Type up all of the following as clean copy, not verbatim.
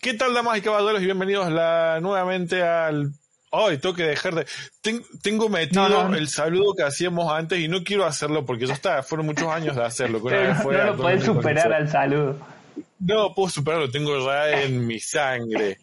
¿Qué tal, damas y caballeros? Y bienvenidos nuevamente al... Ay, tengo que dejar de... Tengo metido el saludo que hacíamos antes y no quiero hacerlo porque fueron muchos años de hacerlo. Que una Pero vez fue no lo puedes superar al saludo. No puedo superarlo, tengo ya en mi sangre.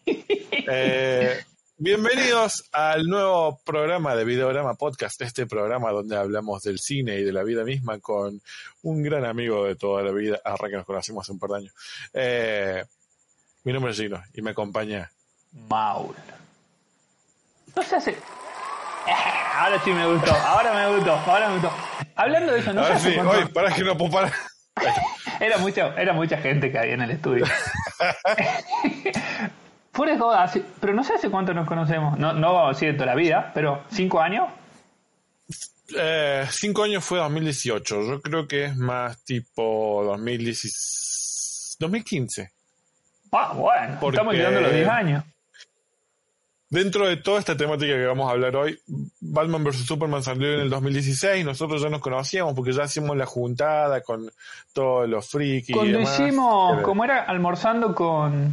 Bienvenidos al nuevo programa de Videograma Podcast, este programa donde hablamos del cine y de la vida misma con un gran amigo de toda la vida, que nos conocimos hace un par de años. Mi nombre es Gino y me acompaña Maul. No se hace... Ahora sí me gustó, ahora me gustó. Hablando de eso, no ahora sé sí, cuánto... hoy, para que no puedo parar. Era mucha gente que había en el estudio. Fuera de joda, pero no sé hace cuánto nos conocemos. No así de toda la vida, pero 5 años. 5 años fue 2018. Yo creo que es más tipo 2015. Ah, bueno, porque estamos llegando a los 10 años. Dentro de toda esta temática que vamos a hablar hoy, Batman vs Superman salió en el 2016. Nosotros ya nos conocíamos porque ya hicimos la juntada con todos los frikis. Cuando y demás. hicimos, ¿cómo era? Almorzando con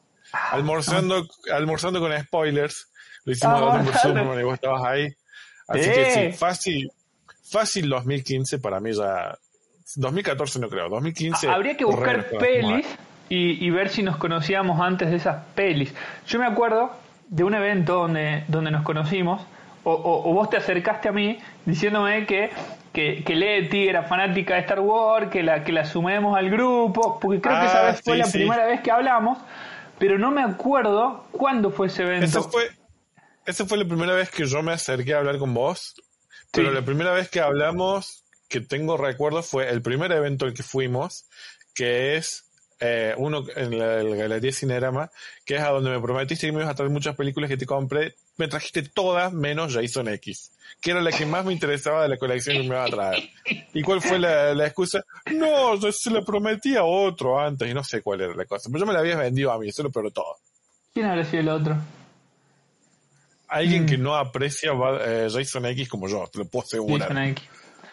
spoilers. Lo hicimos de Batman vs Superman y vos estabas ahí. Así que sí, fácil 2015 para mí ya. 2014 no creo, 2015. Habría que buscar pelis y ver si nos conocíamos antes de esas pelis. Yo me acuerdo de un evento donde nos conocimos, o vos te acercaste a mí diciéndome que Leti era fanática de Star Wars, que la sumemos al grupo, porque creo que esa vez fue la primera vez que hablamos, pero no me acuerdo cuándo fue ese evento. Esa fue la primera vez que yo me acerqué a hablar con vos, pero la primera vez que hablamos, que tengo recuerdo, fue el primer evento al que fuimos, que es uno en la Galería Cinerama, que es a donde me prometiste que me ibas a traer muchas películas que te compré. Me trajiste todas menos Jason X, que era la que más me interesaba de la colección que me iba a traer. ¿Y cuál fue la excusa? No, yo se la prometí a otro antes y no sé cuál era la cosa, pero yo me la habías vendido a mí, eso es lo peor de todo. ¿Quién habrá sido el otro? Alguien que no aprecia Jason X como yo, te lo puedo asegurar. Jason X.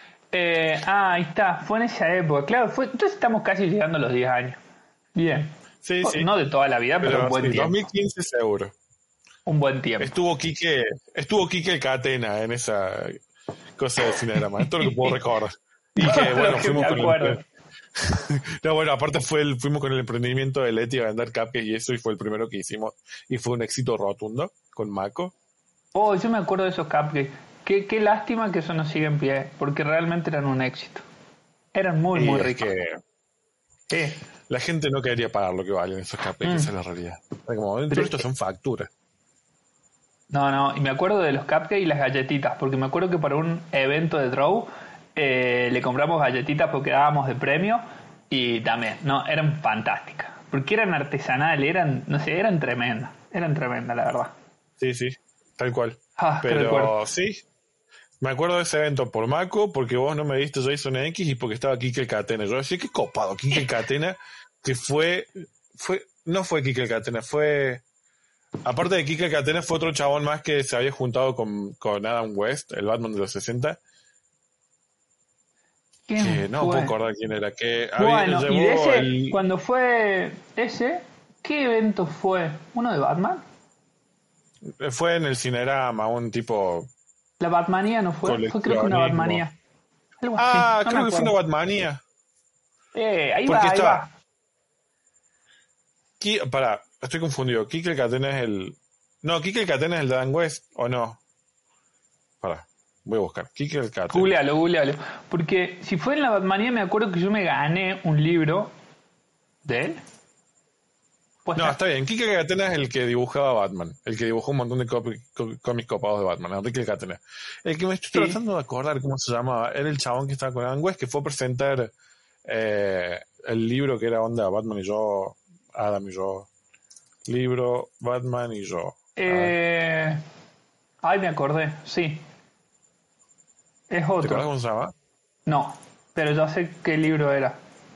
Ahí está, fue en esa época, claro, entonces estamos casi llegando a los 10 años. Bien. Sí, sí. No de toda la vida, pero un buen tiempo. 2015 seguro. Un buen tiempo. Estuvo Quique el Catena en esa cosa de Cinerama. Esto es lo que puedo recordar. Y que bueno, fuimos con no, bueno, aparte fuimos con el emprendimiento de Leti a vender cupcakes y eso, y fue el primero que hicimos. Y fue un éxito rotundo con Mako. Oh, yo me acuerdo de esos cupcakes. Qué lástima que eso no sigue en pie, porque realmente eran un éxito. Eran muy ricos. La gente no quería pagar lo que valen esos cupcakes, esa es la realidad. Como dentro de esto son facturas. No, y me acuerdo de los cupcakes y las galletitas, porque me acuerdo que para un evento de Draw le compramos galletitas porque dábamos de premio y también, eran fantásticas, porque eran artesanales, eran tremendas, la verdad. Sí, tal cual. Pero sí, me acuerdo de ese evento por Mako, porque vos no me diste Jason X y porque estaba Quique el Catena. Yo decía, qué copado, Quique el Catena, que no fue Quique el Catena, aparte de Quique el Catena, fue otro chabón más que se había juntado con Adam West, el Batman de los 60. Que no puedo acordar quién era. Bueno, y de ese, cuando fue ese, ¿qué evento fue? ¿Uno de Batman? Fue en el Cinerama, un tipo... ¿La Batmanía no fue? Fue creo que una Batmanía. Algo así. Creo que fue una Batmanía. Ahí va. Pará, estoy confundido. Quique el Catena es el... No, Quique el Catena es el de Dan West, ¿o no? Pará, voy a buscar. Quique el Catena. Googlealo. Porque si fue en la Batmanía, me acuerdo que yo me gané un libro de él. No, está bien. Quique el Catena es el que dibujaba Batman. El que dibujó un montón de cómics copados de Batman. Enrique el Catena. El que me estoy tratando de acordar cómo se llamaba. Era el chabón que estaba con Adam West, que fue a presentar el libro que era onda Batman y yo, Adam y yo. Libro Batman y yo. Me acordé. Sí. Es otro. ¿Te acuerdas cómo se llama? No, pero ya sé qué libro era.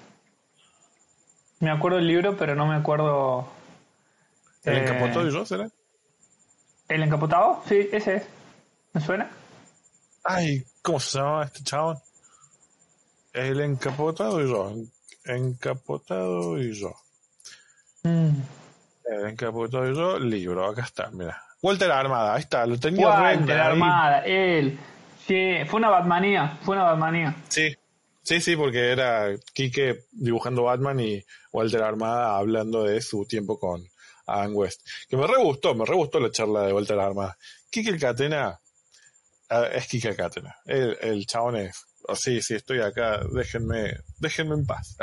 Me acuerdo el libro, pero no me acuerdo... ¿El encapotado y yo, será? ¿El encapotado? Sí, ese es. ¿Me suena? Ay, ¿cómo se llamaba este chabón? El encapotado y yo. Encapotado y yo. encapotado yo, libro, acá está, mira. Walter Armada, ahí está, lo tenía Walter Armada, él. Sí, fue una Batmanía. Sí, sí, porque era Quique dibujando Batman y Walter Armada hablando de su tiempo con Adam West. Que me re gustó la charla de Walter Armada. Quique el Catena, es Quique el Catena. El chabón es, sí, estoy acá, déjenme en paz.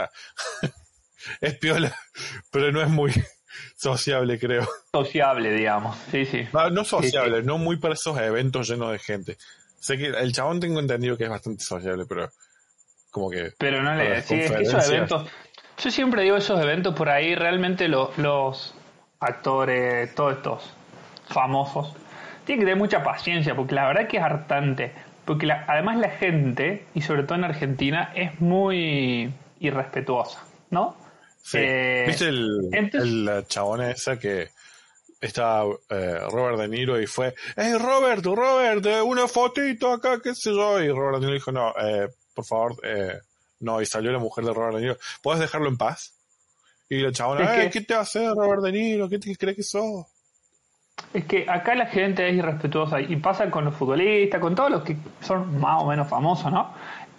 Es piola, pero no es muy sociable, creo. Sociable, digamos. Sí. No sociable, Sí. no muy para esos eventos llenos de gente. Sé que el chabón tengo entendido que es bastante sociable, pero como que Pero no para le... las Sí, es que esos conferencias. eventos... Yo siempre digo esos eventos por ahí, realmente los actores, todos estos famosos, tienen que tener mucha paciencia, porque la verdad que es hartante. Porque además la gente, y sobre todo en Argentina, es muy irrespetuosa, ¿no? Sí. ¿Viste Entonces, la chabona esa que estaba Robert De Niro y fue, hey Robert, una fotito acá, qué sé yo? Y Robert De Niro dijo, no, por favor, no, y salió la mujer de Robert De Niro, ¿puedes dejarlo en paz? Y la es chabona, que ¿qué te hace Robert De Niro? ¿Qué te crees que sos? Es que acá la gente es irrespetuosa y pasa con los futbolistas, con todos los que son más o menos famosos, ¿no?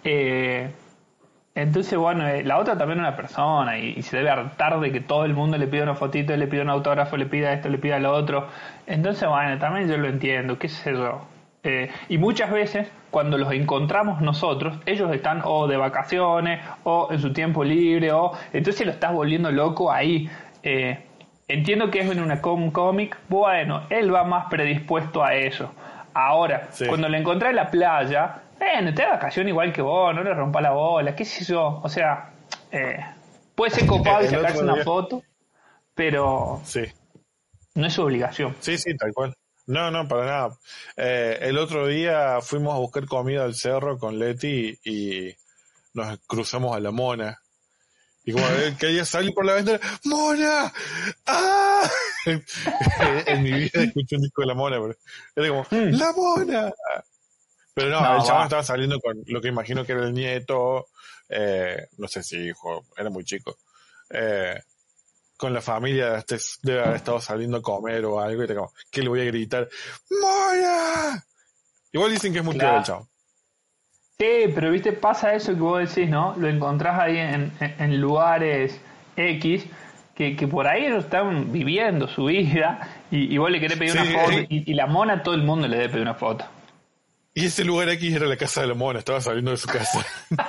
Entonces, bueno, la otra también es una persona y se debe hartar de que todo el mundo le pida una fotito, le pida un autógrafo, le pida esto, le pida lo otro. Entonces, bueno, también yo lo entiendo, qué sé yo. Y muchas veces, cuando los encontramos nosotros, ellos están o de vacaciones o en su tiempo libre o... Entonces lo estás volviendo loco ahí. Entiendo que es en una cómic, bueno, él va más predispuesto a eso. Ahora, Sí. cuando lo encontré en la playa, no te da vacación igual que vos, no le rompa la bola, qué sé yo. O sea, puede ser copado y El sacarse otro una día. foto, pero Sí. no es su obligación. Sí, tal cual. No, para nada. El otro día fuimos a buscar comida al cerro con Leti y nos cruzamos a la Mona. Y como él quería salir por la ventana, ¡Mona! ¡Ah! En mi vida escuché un disco de la Mona, pero era como, Mm. ¡La Mona! Pero no, el No, chabón va. estaba saliendo con lo que imagino que era el nieto, no sé si hijo, era muy chico. Eh, con la familia debe haber estado saliendo a comer o algo y te como, ¿qué le voy a gritar? ¡Mona! Igual dicen que es muy piola el Claro. chavo. Sí, pero viste, pasa eso que vos decís, ¿no? Lo encontrás ahí en lugares X, que por ahí ellos están viviendo su vida y vos le querés pedir Sí, una foto y la mona a todo el mundo le debe pedir una foto. y ese lugar X era la casa de la mona, estaba saliendo de su casa.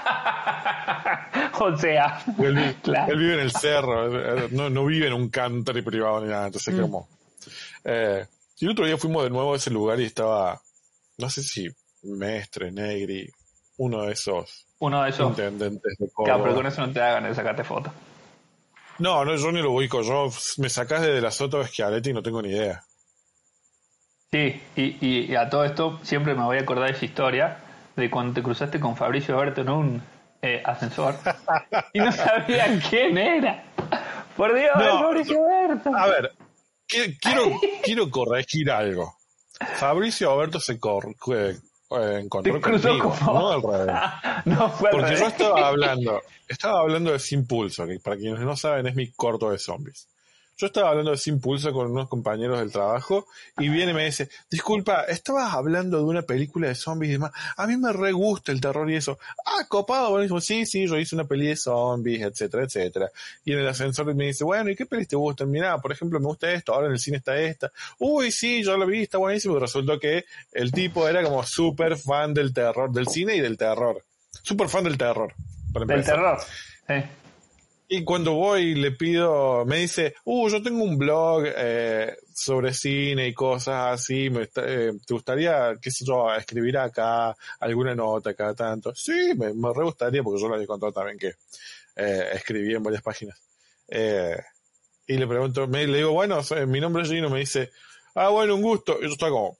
O sea, Él claro. vive en el cerro, no vive en un country privado ni nada, entonces como... y el otro día fuimos de nuevo a ese lugar y estaba, no sé si Mestre, Negri, uno de esos Uno de esos. intendentes de Claro, pero con Córdoba. eso no te hagan de sacarte foto. No, yo ni lo ubico, me sacás de la Soto de Schiaretti y no tengo ni idea. Sí, y a todo esto siempre me voy a acordar de esa historia de cuando te cruzaste con Fabricio Berto en un ascensor y no sabían quién era. Por Dios, es No, Fabricio Berto. a ver, quiero corregir algo. Fabricio Alberto Te encontró cruzó conmigo, no como... al revés. No fue al Porque yo revés. estaba hablando de Sin Pulso, que para quienes no saben es mi corto de zombies. Yo estaba hablando de Sin Pulso con unos compañeros del trabajo y viene y me dice, disculpa, estabas hablando de una película de zombies y demás, a mí me re gusta el terror y eso. Ah, copado, buenísimo, sí, yo hice una peli de zombies, etcétera, etcétera. Y en el ascensor me dice, bueno, ¿y qué pelis te gustan? Mirá, por ejemplo, me gusta esto, ahora en el cine está esta. Uy, sí, yo la vi, está buenísimo. Y resultó que el tipo era como súper fan del terror, del cine y del terror. Súper fan del terror, para Del empezar. terror. Sí. Y cuando voy y le pido, me dice, yo tengo un blog sobre cine y cosas así, ¿te gustaría, qué sé yo, escribir acá alguna nota cada tanto? Sí, me re gustaría, porque yo le había contado también que escribí en varias páginas. Y le pregunto, le digo, bueno, mi nombre es Gino, me dice, bueno, un gusto. Y yo estaba como,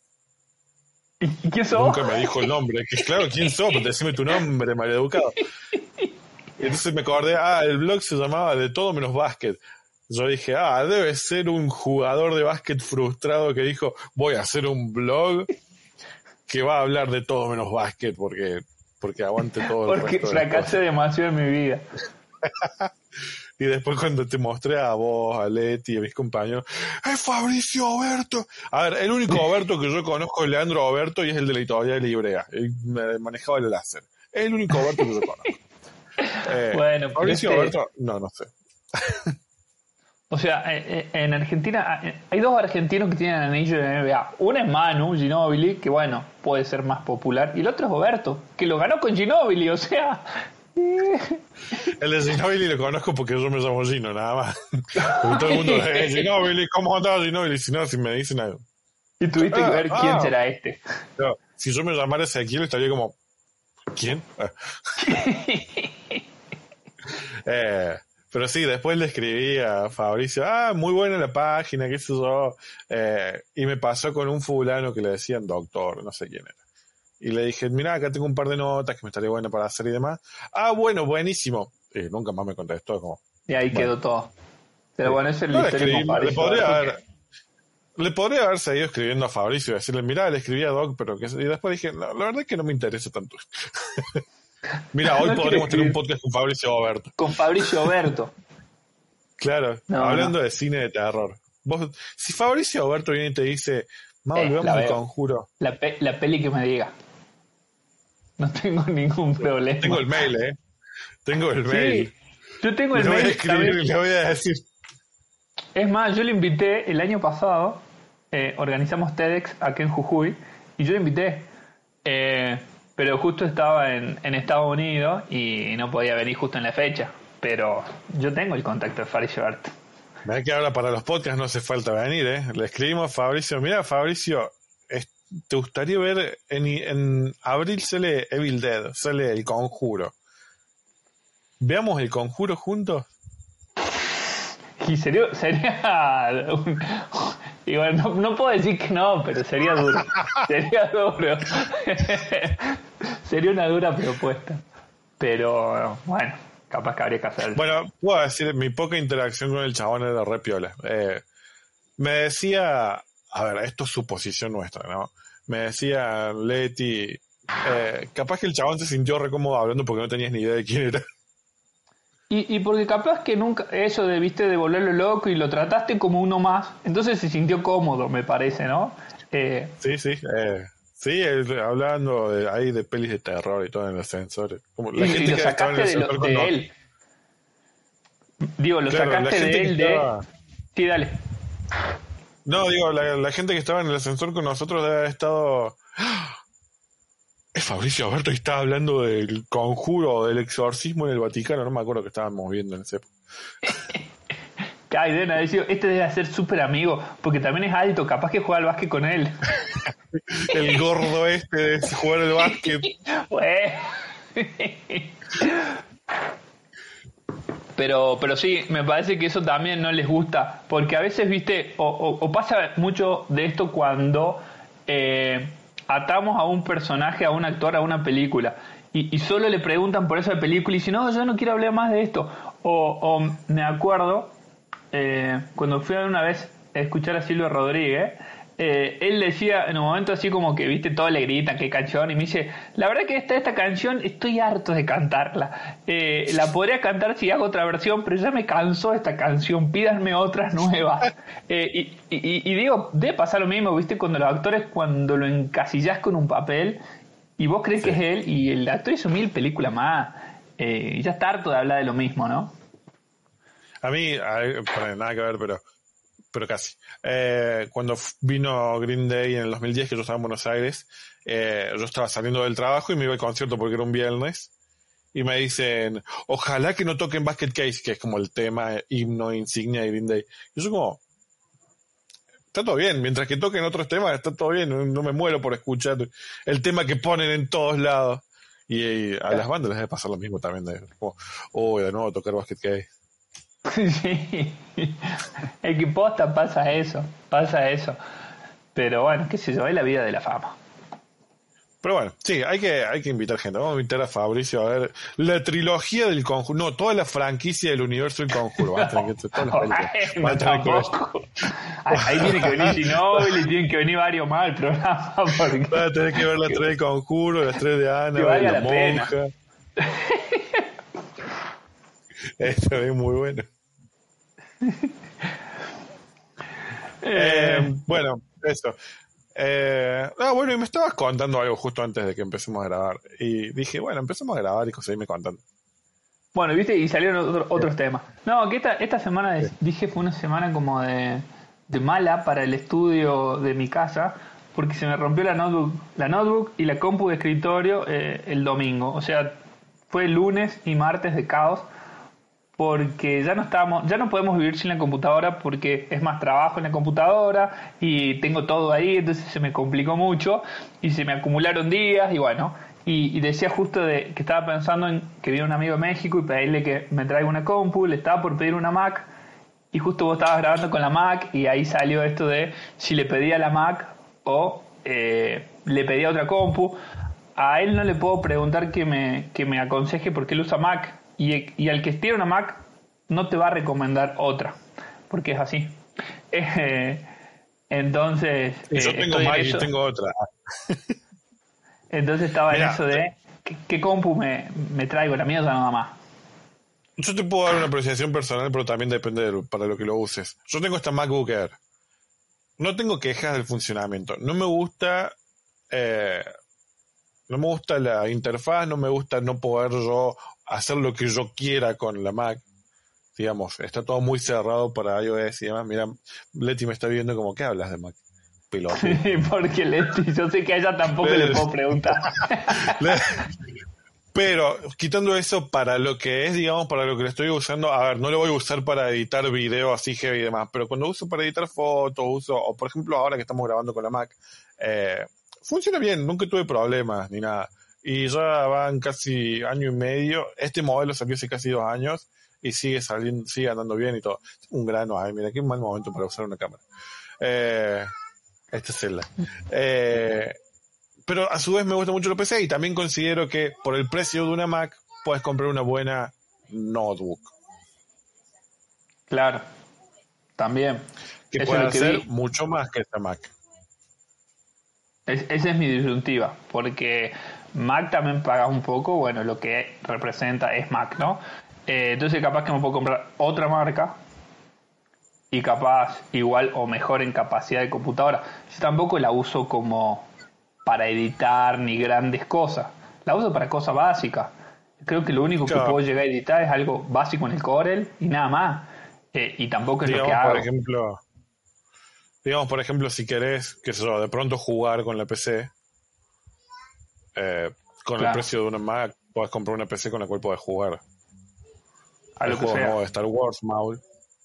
¿Y qué sos? nunca me dijo el nombre, que claro, ¿quién sos? Decime tu nombre, maleducado. Y entonces me acordé, el blog se llamaba De Todo Menos Básquet. Yo dije, debe ser un jugador de básquet frustrado que dijo, voy a hacer un blog que va a hablar de todo menos básquet porque aguante todo el Porque resto de las fracasé cosas. demasiado en mi vida. Y después cuando te mostré a vos, a Leti y a mis compañeros, ¡es Fabricio Oberto! A ver, el único Oberto que yo conozco es Leandro Oberto y es el de la editorial de Librea. Él manejaba el láser. Es el único Oberto que yo conozco. Bueno, Fabricio Oberto, no sé. O sea, en Argentina hay dos argentinos que tienen anillo de NBA. Uno es Manu Ginóbili, que bueno, puede ser más popular. Y el otro es Oberto, que lo ganó con Ginóbili, o sea... El de Ginóbili lo conozco porque yo me llamo Gino, nada más. Porque todo el mundo dice, Ginóbili, ¿cómo andaba Ginóbili? Si no, si me dicen algo. Y tuviste que ver quién será este. No, si yo me llamara Ezequiel estaría como, ¿quién? Pero sí, después le escribí a Fabricio, muy buena la página, qué sé yo. Y me pasó con un fulano que le decían doctor, no sé quién era. Y le dije, mira, acá tengo un par de notas que me estaría bueno para hacer y demás. Bueno, buenísimo. Y nunca más me contestó. Como, y ahí quedó todo. Pero bueno, ese es el historia con Fabricio. Le podría haber seguido escribiendo a Fabricio y decirle, mira, le escribí a Doc, pero que... Y después dije, no, la verdad es que no me interesa tanto. Mira, hoy podríamos tener un podcast con Fabricio Oberto. Con Fabricio Oberto. Claro, hablando de cine de terror. Si Fabricio Oberto viene y te dice, volvemos al Conjuro. La peli que me diga. No tengo ningún problema. Tengo el mail, Tengo el mail. Yo tengo el mail. Le voy a escribir y le voy a decir. Es más, yo le invité el año pasado, organizamos TEDx aquí en Jujuy, y yo le invité. Pero justo estaba en Estados Unidos y no podía venir justo en la fecha. Pero yo tengo el contacto de Fabricio Oberto. Mirá que ahora para los podcasts no hace falta venir, Le escribimos a Fabricio, mira Fabricio, ¿te gustaría ver en abril sale Evil Dead, sale El Conjuro? ¿Veamos El Conjuro juntos? Y sería igual no puedo decir que no, pero sería duro. Sería duro. Sería una dura propuesta. Pero bueno, capaz que habría que hacerlo. Bueno, puedo decir, mi poca interacción con el chabón era re piola. Me decía, a ver, esto es suposición nuestra, ¿no? Me decía Leti, capaz que el chabón se sintió re cómodo hablando porque no tenías ni idea de quién era. Y porque capaz que nunca, eso de volverlo loco y lo trataste como uno más, entonces se sintió cómodo, me parece, ¿no? Sí. Sí, hablando ahí de pelis de terror y todo en los ascensores. Como la gente lo que sacaste de él. Digo, lo sacaste de él, Sí, dale. No, digo, la gente que estaba en el ascensor con nosotros debe haber estado... Es Fabricio Oberto y estaba hablando del conjuro, del exorcismo en el Vaticano, no me acuerdo que estábamos viendo en ese época. Ay, deben haber sido, este debe ser súper amigo, porque también es alto, capaz que juega al básquet con él. El gordo de jugar al básquet. Pero sí, me parece que eso también no les gusta, porque a veces, viste, o pasa mucho de esto cuando atamos a un personaje, a un actor, a una película, y solo le preguntan por esa película y dicen, no, yo no quiero hablar más de esto. O me acuerdo, cuando fui una vez a escuchar a Silvio Rodríguez, él decía en un momento así como que, viste, todo le grita, qué canción, y me dice, la verdad que esta canción estoy harto de cantarla, la podría cantar si hago otra versión, pero ya me cansó esta canción, pídanme otras nuevas. Y digo, debe pasar lo mismo, viste, cuando los actores, cuando lo encasillás con un papel y vos crees que es él, y el actor hizo 1000 películas más, y ya está harto de hablar de lo mismo, ¿no? A mí, nada que ver, pero casi. Cuando vino Green Day en el 2010, que yo estaba en Buenos Aires, yo estaba saliendo del trabajo y me iba al concierto porque era un viernes, y me dicen, ojalá que no toquen Basket Case, que es como el tema, himno, insignia de Green Day. Y yo como, está todo bien, mientras que toquen otros temas, está todo bien, no me muero por escuchar el tema que ponen en todos lados. Y a las bandas les debe pasar lo mismo también, como, de nuevo tocar Basket Case. Sí, el que posta pasa eso, pero bueno, qué sé yo, es la vida de la fama. Pero bueno, sí, hay que invitar gente. Vamos a invitar a Fabricio a ver la trilogía del Conjuro, no, toda la franquicia del universo del Conjuro. Van a tener que todas las películas. Ahí tiene que venir Ginóbili y tienen que venir varios más al programa. Porque... Van a tener que ver las 3 del Conjuro, las 3 de Ana, que valga la monja. Esto es muy bueno. Bueno, eso. Bueno, y me estabas contando algo justo antes de que empecemos a grabar. Y dije, bueno, empecemos a grabar y seguirme contando. Bueno, viste, y salieron otros temas. No, que esta semana, dije, fue una semana como de mala para el estudio de mi casa, porque se me rompió la notebook y la compu de escritorio el domingo. O sea, fue lunes y martes de caos, porque ya no podemos vivir sin la computadora, porque es más trabajo en la computadora y tengo todo ahí, entonces se me complicó mucho y se me acumularon días y bueno. Y decía justo que estaba pensando en que viene un amigo de México y pedirle que me traiga una compu, le estaba por pedir una Mac y justo vos estabas grabando con la Mac y ahí salió esto de si le pedía la Mac o le pedía otra compu. A él no le puedo preguntar que me aconseje porque él usa Mac y al que tiene una Mac no te va a recomendar otra porque es así. Entonces yo tengo Mac y tengo otra. Entonces estaba en eso de ¿qué compu me traigo? La mía ya nada más. Yo te puedo dar una apreciación personal, pero también depende para lo que lo uses. Yo tengo esta MacBook Air. No tengo quejas del funcionamiento. No me gusta la interfaz, no me gusta no poder yo hacer lo que yo quiera con la Mac. Digamos, está todo muy cerrado para iOS y demás. Mira, Leti me está viendo como, ¿qué hablas de Mac? Porque Leti, yo sé que a ella tampoco le puedo preguntar. Pero quitando eso, para lo que es, digamos, para lo que le estoy usando, a ver, no lo voy a usar para editar video así heavy y demás, pero cuando uso para editar fotos, o por ejemplo ahora que estamos grabando con la Mac, funciona bien, nunca tuve problemas ni nada. Y ya van casi año y medio, este modelo salió hace casi 2 años y sigue andando bien y todo. Un grano, ay, mira, qué mal momento para usar una cámara. Esta es la. Pero a su vez me gusta mucho el PC y también considero que por el precio de una Mac puedes comprar una buena notebook. Claro, también. Que puede hacer mucho más que esta Mac. Esa es mi disyuntiva, porque Mac también paga un poco, bueno, lo que representa es Mac, ¿no? Entonces capaz que me puedo comprar otra marca y capaz igual o mejor en capacidad de computadora. Yo tampoco la uso como para editar ni grandes cosas. La uso para cosas básicas. Creo que lo único que puedo llegar a editar es algo básico en el Corel y nada más. Y tampoco es lo que hago. Digamos, por ejemplo, si querés, qué sé yo, de pronto jugar con la PC, con el precio de una Mac, podés comprar una PC con la cual podés jugar. A lo que sea. Nuevo de Star Wars, Maul.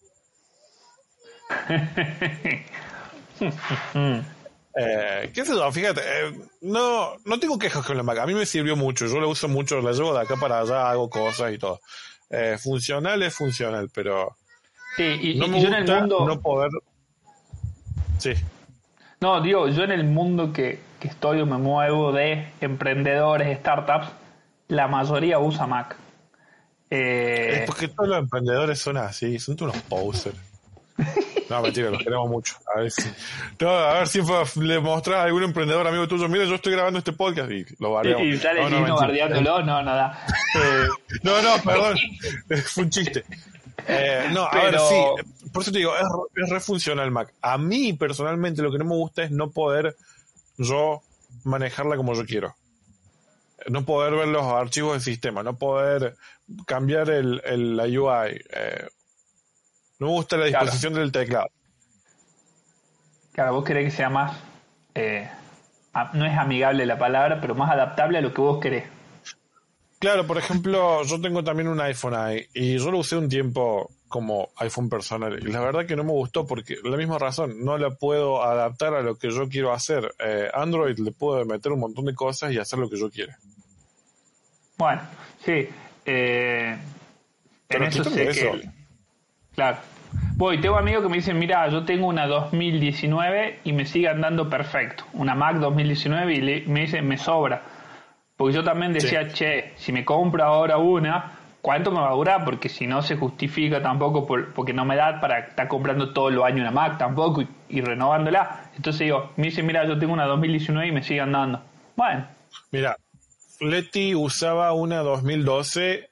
¿Qué sé yo? Fíjate, no tengo quejas con la Mac. A mí me sirvió mucho. Yo la uso mucho, la llevo de acá para allá, hago cosas y todo. Funcional es funcional, pero no me gusta en el mundo... no poder... Sí. No, digo, yo en el mundo que estoy o me muevo de emprendedores, startups, la mayoría usa Mac. Es porque todos los emprendedores son así, son todos unos posers. No, mentira, los queremos mucho. A ver si le mostrás a algún emprendedor amigo tuyo, mira, yo estoy grabando este podcast y lo bardeamos. Y sale bardeándolo, nada. No, perdón, fue un chiste. A ver, sí, por eso te digo, es re funcional Mac. A mí, personalmente, lo que no me gusta es no poder yo manejarla como yo quiero. No poder ver los archivos del sistema, no poder cambiar la UI. No me gusta la disposición del teclado. Claro, vos querés que sea más, no es amigable la palabra, pero más adaptable a lo que vos querés. Claro, por ejemplo, yo tengo también un iPhone ahí y yo lo usé un tiempo como iPhone personal y la verdad que no me gustó porque la misma razón, no la puedo adaptar a lo que yo quiero hacer. Android le puedo meter un montón de cosas y hacer lo que yo quiera. Bueno, sí. En eso sé que... Claro. Tengo amigos que me dicen, mira, yo tengo una 2019 y me sigue andando perfecto. Una Mac 2019 y me dicen, me sobra. Porque yo también decía, si me compro ahora una, ¿cuánto me va a durar? Porque si no se justifica tampoco porque no me da para estar comprando todos los años una Mac tampoco y renovándola. Entonces me dicen, mira, yo tengo una 2019 y me sigue andando. Bueno. Mira, Leti usaba una 2012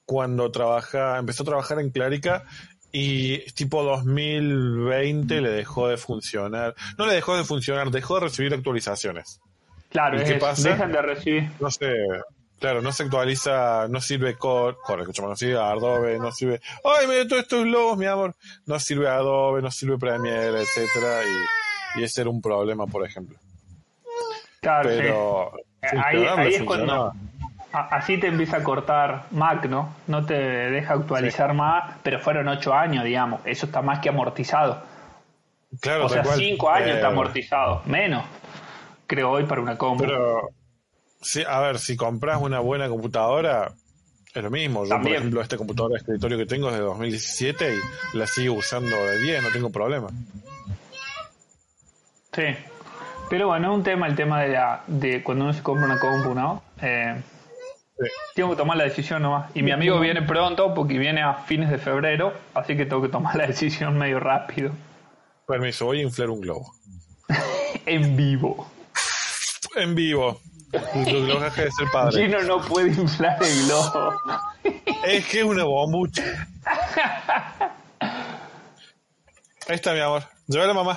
cuando empezó a trabajar en Clarica y tipo 2020 le dejó de funcionar. No le dejó de funcionar, dejó de recibir actualizaciones. Claro, ¿Y qué pasa? dejan de recibir. No sé, claro, no se actualiza, no sirve Core, no sirve Adobe, no sirve, ay, mira todos estos logos, mi amor, no sirve Adobe, no sirve Premiere, etcétera, y ese era un problema, por ejemplo. Claro, pero sí. Ahí es cuando así te empieza a cortar Mac, ¿no? No te deja actualizar más, pero fueron 8 años, digamos, eso está más que amortizado. Claro, o sea, 5 años está amortizado, menos, creo hoy para una compu. Pero, sí, a ver, si compras una buena computadora, es lo mismo. Yo, También. por ejemplo, esta computadora de escritorio que tengo es de 2017 y la sigo usando de 10, no tengo problema. Sí, pero bueno, es un tema, el tema de cuando uno se compra una compu, ¿no? Sí. Tengo que tomar la decisión nomás. Y mi amigo viene pronto porque viene a fines de febrero, así que tengo que tomar la decisión medio rápido. Permiso, voy a inflar un globo. En vivo. En vivo. Lo que deja de ser padre. Gino no puede inflar el globo. Es que es una bombucha. Ahí está, mi amor. Llévala, mamá.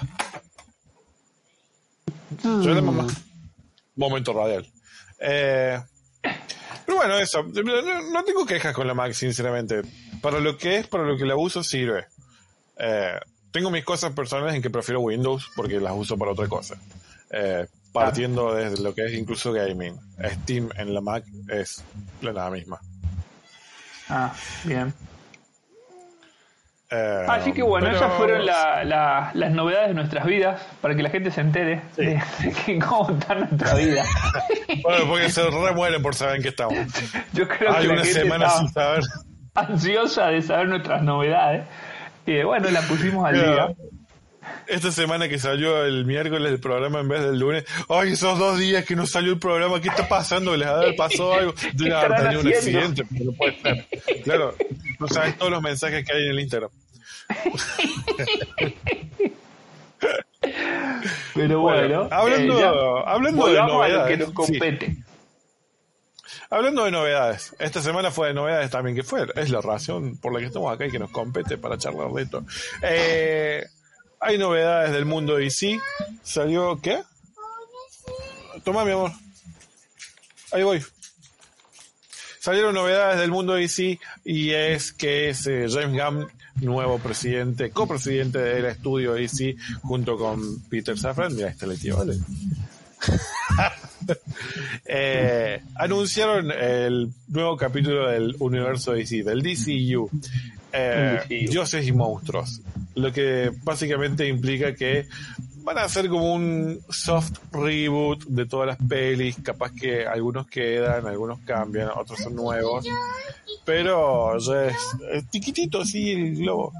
Llévala, mamá. Momento radial. Pero bueno, eso. No tengo quejas con la Mac, sinceramente. Para lo que la uso, sirve. Tengo mis cosas personales en que prefiero Windows porque las uso para otra cosa. Partiendo desde lo que es incluso gaming. Steam en la Mac es la nada misma. Ah, bien. Así que bueno, esas fueron las novedades de nuestras vidas, para que la gente se entere de cómo está nuestra vida. Bueno, porque se remueren por saber en qué estamos. Yo creo que la gente semanas sin saber. Ansiosa de saber nuestras novedades. Y bueno, la pusimos al día. Esta semana que salió el miércoles el programa en vez del lunes, ay, esos 2 días que no salió el programa, ¿qué está pasando? ¿Les ha pasado algo? Deben haber tenido un accidente, pero no puede ser. Claro, no sabes todos los mensajes que hay en el Instagram. Pero bueno, hablando de novedades, a lo que nos compete. Sí. Hablando de novedades, esta semana fue de novedades también, que es la razón por la que estamos acá y que nos compete para charlar de esto. Hay novedades del mundo DC. ¿Salió qué? Toma, mi amor. Ahí voy. Salieron novedades del mundo DC y es que es James Gunn, nuevo presidente, copresidente del estudio DC, junto con Peter Safran. Mira, este le tío, ¿vale? Anunciaron el nuevo capítulo del universo DC, del DCU, Dioses y Monstruos, lo que básicamente implica que van a hacer como un soft reboot de todas las pelis. Capaz que algunos quedan, algunos cambian, otros son nuevos, pero ya es tiquitito así el globo.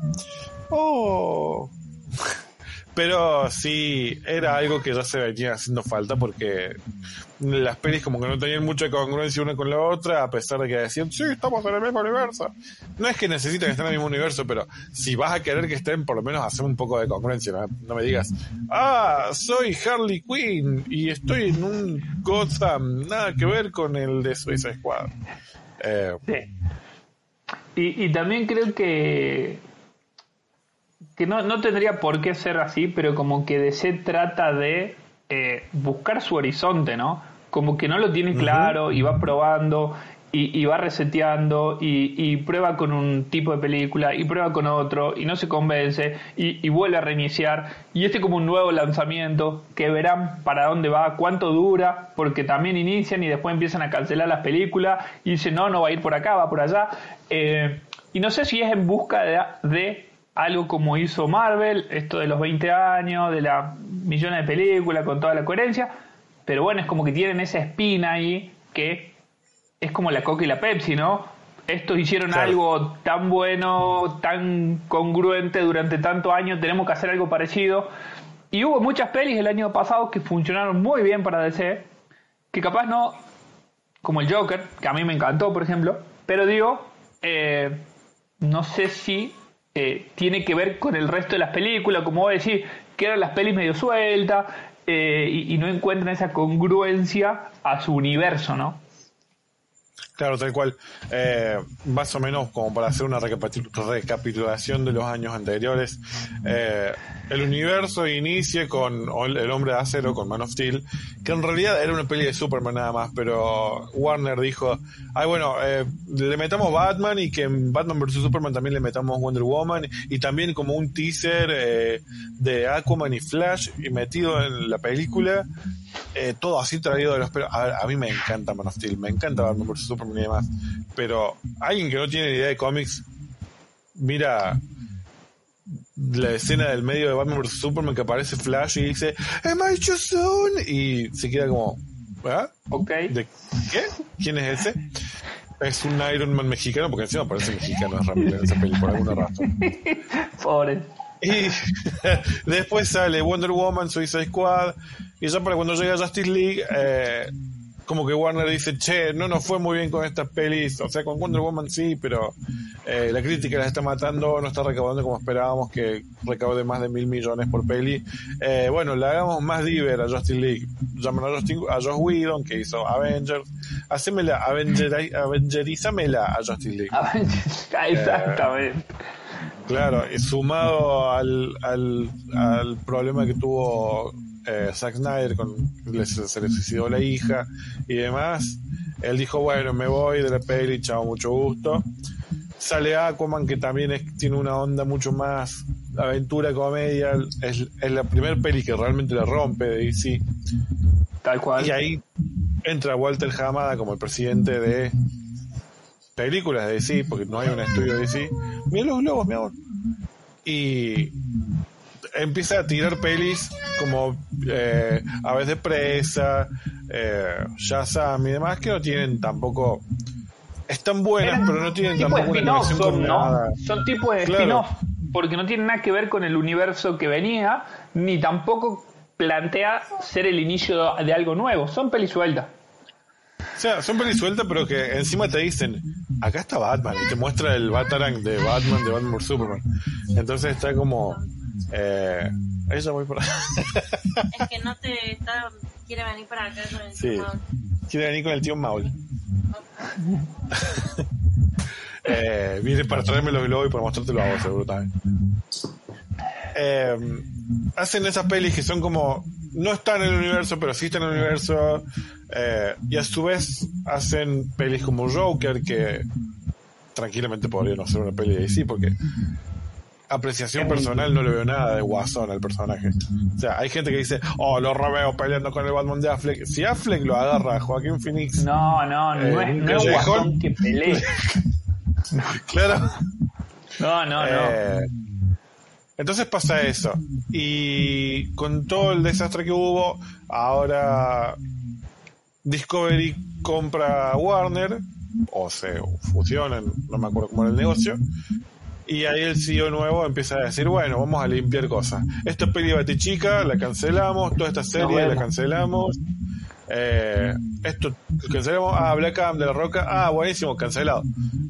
Pero sí, era algo que ya se venía haciendo falta porque las pelis como que no tenían mucha congruencia una con la otra, a pesar de que decían, sí, estamos en el mismo universo. No es que necesiten estar en el mismo universo, pero si vas a querer que estén, por lo menos hacer un poco de congruencia, no me digas, soy Harley Quinn y estoy en un Gotham, nada que ver con el de Suicide Squad. Sí. Y también creo que no tendría por qué ser así, pero como que DC trata de buscar su horizonte, ¿no? Como que no lo tiene claro y va probando y va reseteando y prueba con un tipo de película y prueba con otro y no se convence y vuelve a reiniciar y como un nuevo lanzamiento que verán para dónde va, cuánto dura, porque también inician y después empiezan a cancelar las películas y dicen no va a ir por acá, va por allá, y no sé si es en busca de algo como hizo Marvel, esto de los 20 años, de las millones de películas con toda la coherencia, pero bueno, es como que tienen esa espina ahí que es como la Coca y la Pepsi, ¿no? Estos hicieron algo tan bueno, tan congruente durante tantos años, tenemos que hacer algo parecido. Y hubo muchas pelis el año pasado que funcionaron muy bien para DC, que capaz no, como el Joker, que a mí me encantó, por ejemplo, pero digo, no sé si tiene que ver con el resto de las películas, como vos decís, quedan las pelis medio sueltas y no encuentran esa congruencia a su universo, ¿no? Claro, tal cual. Más o menos como para hacer una recapitulación de los años anteriores. El universo inicia con El Hombre de Acero, con Man of Steel, que en realidad era una peli de Superman nada más, pero Warner dijo, le metamos Batman y que en Batman vs. Superman también le metamos Wonder Woman y también como un teaser de Aquaman y Flash y metido en la película. Todo así traído de los pelos. A mí me encanta Man of Steel, me encanta Batman vs. Superman y demás, pero alguien que no tiene idea de cómics mira la escena del medio de Batman vs. Superman que aparece Flash y dice "Am I too soon?" y se queda como ¿ah? Okay. ¿De qué? ¿Quién es ese? Es un Iron Man mexicano, porque encima parece mexicano Ramírez en esa peli por alguna razón. Pobre. Y después sale Wonder Woman, Suicide Squad, y ya para cuando llega Justice League, como que Warner dice, che, no nos fue muy bien con estas pelis, o sea, con Wonder Woman sí, pero la crítica las está matando, no está recaudando como esperábamos que recaude más de 1.000 millones por peli. Bueno, le hagamos más diver a Justice League, llaman a Joss Whedon, que hizo Avengers, hacémela, Avengerízamela a Justice League. Exactamente. Claro, y sumado al problema que tuvo Zack Snyder se le suicidó la hija y demás, él dijo, bueno, me voy de la peli, chao, mucho gusto. Sale Aquaman, que también tiene una onda mucho más aventura, comedia, es la primer peli que realmente le rompe de DC. Tal cual. Y ahí entra Walter Hamada como el presidente de películas de DC, porque no hay un estudio de DC. Mira los globos, mi amor. Y empieza a tirar pelis como Aves de Presa, Shazam y demás, que no tienen tampoco, están buenas, pero no tienen tampoco una conexión con nada. Son tipos de spin-off, porque no tienen nada que ver con el universo que venía, ni tampoco plantea ser el inicio de algo nuevo. Son pelis sueltas. O sea, son pelis sueltas, pero que encima te dicen, acá está Batman, y te muestra el Batarang de Batman vs. Superman. Entonces está como... ella voy por acá. Es que no te está... Quiere venir para acá con el tío Maul. Quiere venir con el tío Maul. Viene para traerme los globos y para mostrártelo a vos, seguro también. Hacen esas pelis que son como... No están en el universo, pero sí están en el universo. Y a su vez hacen pelis como Joker, que tranquilamente podrían hacer una peli de DC, porque apreciación personal no le veo nada de Guasón al personaje. O sea, hay gente que dice, lo reveo peleando con el Batman de Affleck. Si Affleck lo agarra a Joaquín Phoenix, no es Guasón que pelee. Claro. No. Entonces pasa eso. Y con todo el desastre que hubo, ahora Discovery compra a Warner, o se fusionan, no me acuerdo cómo era el negocio, y ahí el CEO nuevo empieza a decir, bueno, vamos a limpiar cosas. Esta peli de Batichica la cancelamos, toda esta serie la cancelamos, esto cancelamos, Black Adam de la Roca, buenísimo, cancelado.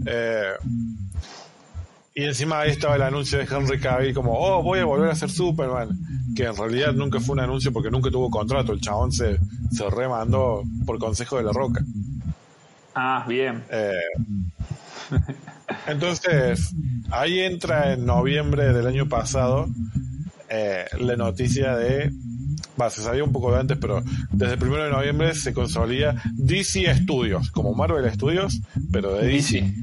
Y encima ahí estaba el anuncio de Henry Cavill como, voy a volver a ser Superman, que en realidad nunca fue un anuncio porque nunca tuvo contrato, el chabón se remandó por consejo de La Roca. Bien. Entonces, ahí entra en noviembre del año pasado la noticia de, se sabía un poco de antes, pero desde el 1 de noviembre se consolida DC Studios, como Marvel Studios, pero de DC.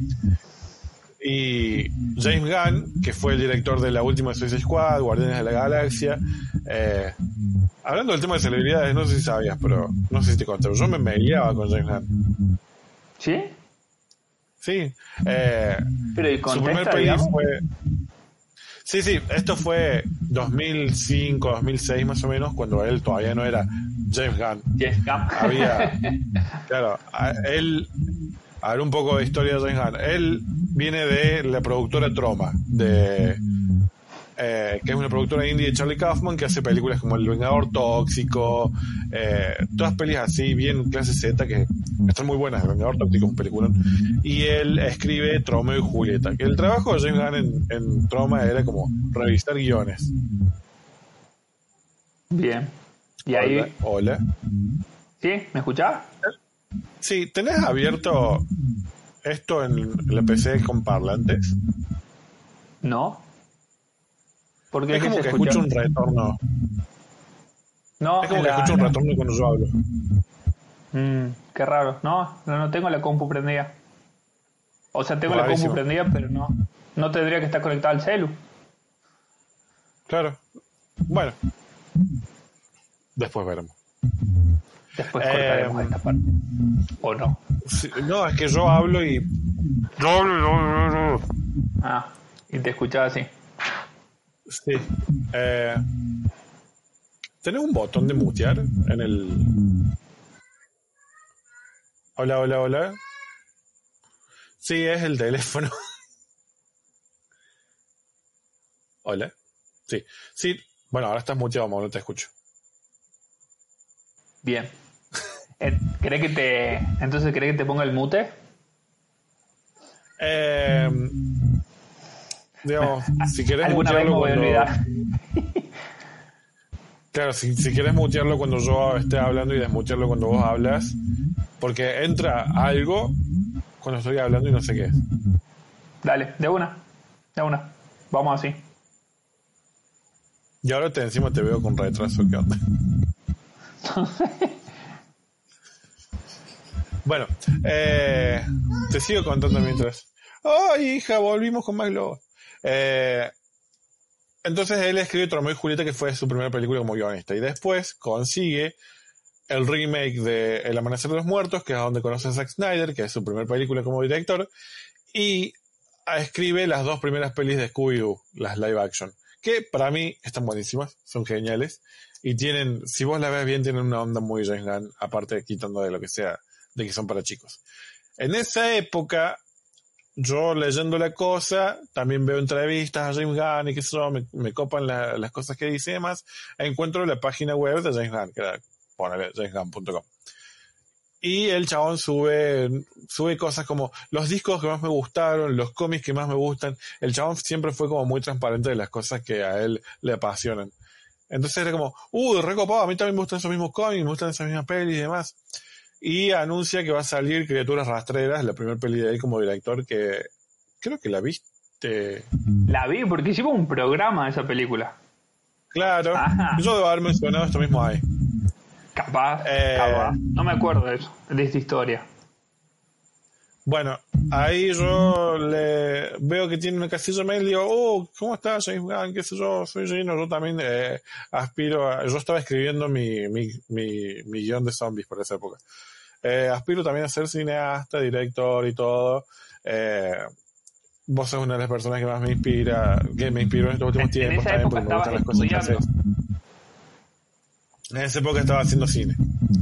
Y James Gunn, que fue el director de la última Suicide Squad, Guardianes de la Galaxia, hablando del tema de celebridades, no sé si sabías, pero no sé si te conté, yo me guiaba con James Gunn. ¿Sí? Sí. Pero el su primer peli fue... Sí, esto fue 2005, 2006 más o menos, cuando él todavía no era James Gunn. Claro, él... A ver un poco de historia de James Gunn. Él viene de la productora Troma, que es una productora indie de Charlie Kaufman, que hace películas como El Vengador Tóxico, todas pelis así, bien clase Z, que están muy buenas. El Vengador Tóxico es un peliculón. Y él escribe Tromeo y Julieta, que el trabajo de James Gunn en Troma era como revisar guiones. Bien. ¿Y ahí? Hola. ¿Sí? ¿Me escuchás? Sí, ¿tenés abierto esto en la PC con parlantes? ¿No? Porque Es como que escucho un retorno. No, Es como que escucho un retorno cuando yo hablo. Qué raro. No tengo la compu prendida. O sea, tengo Rarísimo. la compu prendida, pero no tendría que estar conectada al celu. Claro. Bueno. Después veremos. Después cortaremos esta parte. ¿O no? Sí, no, es que yo hablo y... Ah, y te escuchaba así. Sí. ¿Tenés un botón de mutear en el... Hola? Sí, es el teléfono. Hola. Sí. Bueno, ahora estás muteado, no te escucho. Bien. Entonces, ¿cree que te ponga el mute? Digamos, si querés Alguna vez me mutearlo voy a olvidar. Claro, si querés mutearlo cuando yo esté hablando y desmutearlo cuando vos hablas, porque entra algo cuando estoy hablando y no sé qué es. Dale, de una. Vamos así. Y ahora encima te veo con retraso, ¿qué onda? Bueno, te sigo contando mientras. ¡Ay, hija! Volvimos con más globos. Entonces él escribe Romeo y Julieta, que fue su primera película como guionista. Y después consigue el remake de El Amanecer de los Muertos, que es donde conoce a Zack Snyder, que es su primera película como director. Y escribe las 2 primeras pelis de Scooby-Doo, las live action, que para mí están buenísimas, son geniales. Y tienen, si vos la ves bien, tienen una onda muy James Gunn, aparte quitando de lo que sea, de que son para chicos. En esa época, yo leyendo la cosa, también veo entrevistas a James Gunn y qué sé yo, me copan las cosas que dice y demás. Encuentro la página web de James Gunn, que era, ponele, jamesgunn.com. Y el chabón sube cosas como los discos que más me gustaron, los cómics que más me gustan. El chabón siempre fue como muy transparente de las cosas que a él le apasionan. Entonces era como, recopado, a mí también me gustan esos mismos cómics, me gustan esas mismas pelis y demás. Y anuncia que va a salir Criaturas Rastreras, la primera peli de él como director, que creo que la viste. La vi porque hicimos un programa de esa película. Claro. Ajá. Yo debo haber mencionado esto mismo ahí. Capaz. No me acuerdo de eso, de esta historia. Bueno, ahí yo le veo que tiene una casilla mail y digo, ¿cómo estás, James Gunn? ¿Qué sé yo? Soy Gino, yo también aspiro a... Yo estaba escribiendo mi guión de zombies por esa época. Aspiro también a ser cineasta, director y todo. Vos sos una de las personas que más me inspiró en estos últimos tiempos también, porque me gustan las cosas que haces. En esa época estaba haciendo cine.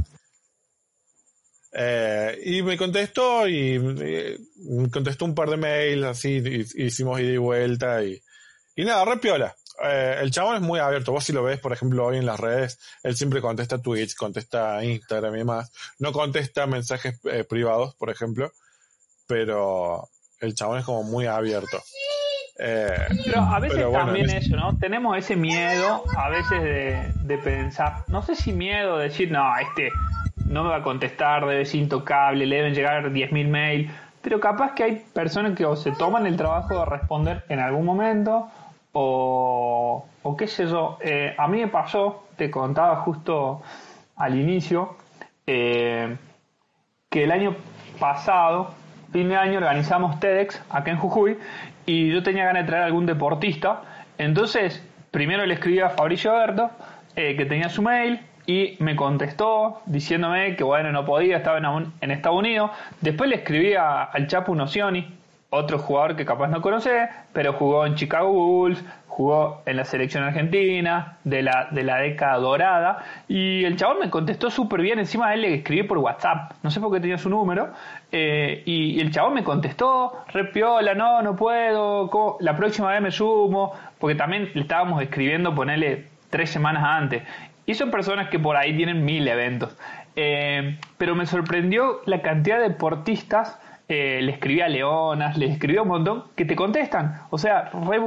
Y me contestó me contestó un par de mails así, hicimos ida y vuelta y nada, re piola. El chabón es muy abierto. Vos si lo ves, por ejemplo, hoy en las redes, él siempre contesta Twitch, contesta Instagram y demás. No contesta mensajes privados, por ejemplo, pero el chabón es como muy abierto. Pero a veces bueno, también eso, ¿no? Tenemos ese miedo a veces de pensar, no sé si miedo de decir, no, no me va a contestar, debe ser intocable, le deben llegar 10.000 mails, pero capaz que hay personas que o se toman el trabajo de responder en algún momento o qué sé yo. A mí me pasó, te contaba justo al inicio, que el año pasado, fin de año, organizamos TEDx acá en Jujuy y yo tenía ganas de traer a algún deportista. Entonces, primero le escribí a Fabricio Berto, que tenía su mail, y me contestó diciéndome que bueno, no podía, estaba en Estados Unidos. Después le escribí al Chapu Nocioni, otro jugador que capaz no conoce, pero jugó en Chicago Bulls, jugó en la selección argentina de la década dorada, y el chabón me contestó súper bien. Encima de él le escribí por WhatsApp, no sé por qué tenía su número, y el chabón me contestó, re piola, no puedo, la próxima vez me sumo, porque también le estábamos escribiendo, ponerle 3 semanas antes, y son personas que por ahí tienen 1000 eventos, pero me sorprendió la cantidad de deportistas. Le escribí a Leonas, le escribí a un montón que te contestan, o sea, re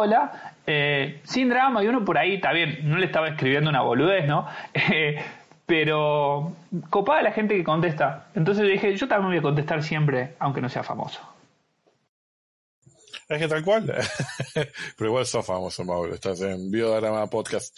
piola, sin drama, y uno por ahí, está bien, no le estaba escribiendo una boludez, ¿no? pero copada la gente que contesta. Entonces yo dije, yo también voy a contestar siempre, aunque no sea famoso. Es que tal cual. Pero igual sos famoso, Mauro. Estás en Biodrama Podcast.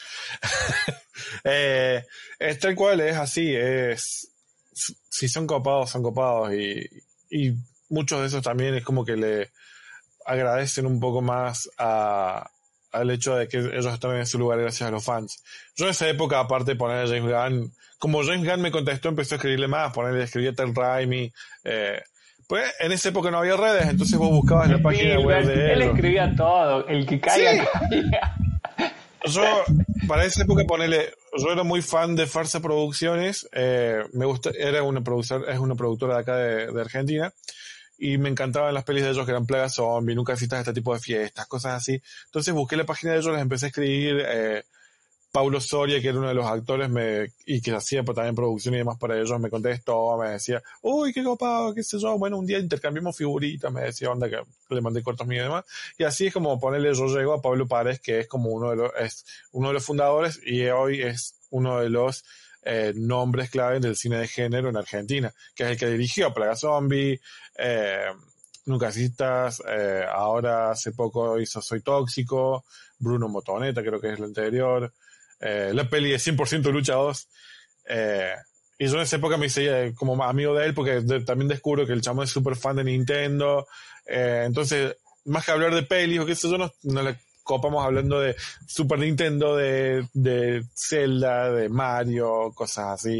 Es tal cual, es así. Si son copados, son copados. Y muchos de esos también es como que le agradecen un poco más al hecho de que ellos están en ese lugar gracias a los fans. Yo en esa época, aparte de poner a James Gunn, como James Gunn me contestó, empecé a escribirle más, escribía Tel Raimi. Pues en esa época no había redes, entonces vos buscabas la página web de él ellos. escribía todo, el que caiga, sí. caiga. Yo, para esa época, yo era muy fan de Farsa Producciones, me gusta, es una productora de acá de Argentina, y me encantaban las pelis de ellos que eran Plaga Zombie, Nunca Existas Este Tipo de Fiestas, cosas así. Entonces busqué la página de ellos, les empecé a escribir. Paulo Soria, que era uno de los actores y que hacía también producción y demás para ellos, me contestó, me decía, uy, qué copado, qué sé yo, bueno, un día intercambiamos figuritas, me decía, onda, que le mandé cortos míos y demás, y así es como ponerle yo llego a Pablo Párez, que es como uno de los fundadores, y hoy es uno de los nombres clave del cine de género en Argentina, que es el que dirigió Plaga Zombie, Nunca Existas, ahora hace poco hizo Soy Tóxico, Bruno Motoneta creo que es el anterior, la peli de 100% Lucha 2, y yo en esa época me hice como amigo de él porque también descubro que el chamo es súper fan de Nintendo, entonces más que hablar de pelis o qué sé yo, nos le copamos hablando de Super Nintendo, de Zelda, de Mario, cosas así,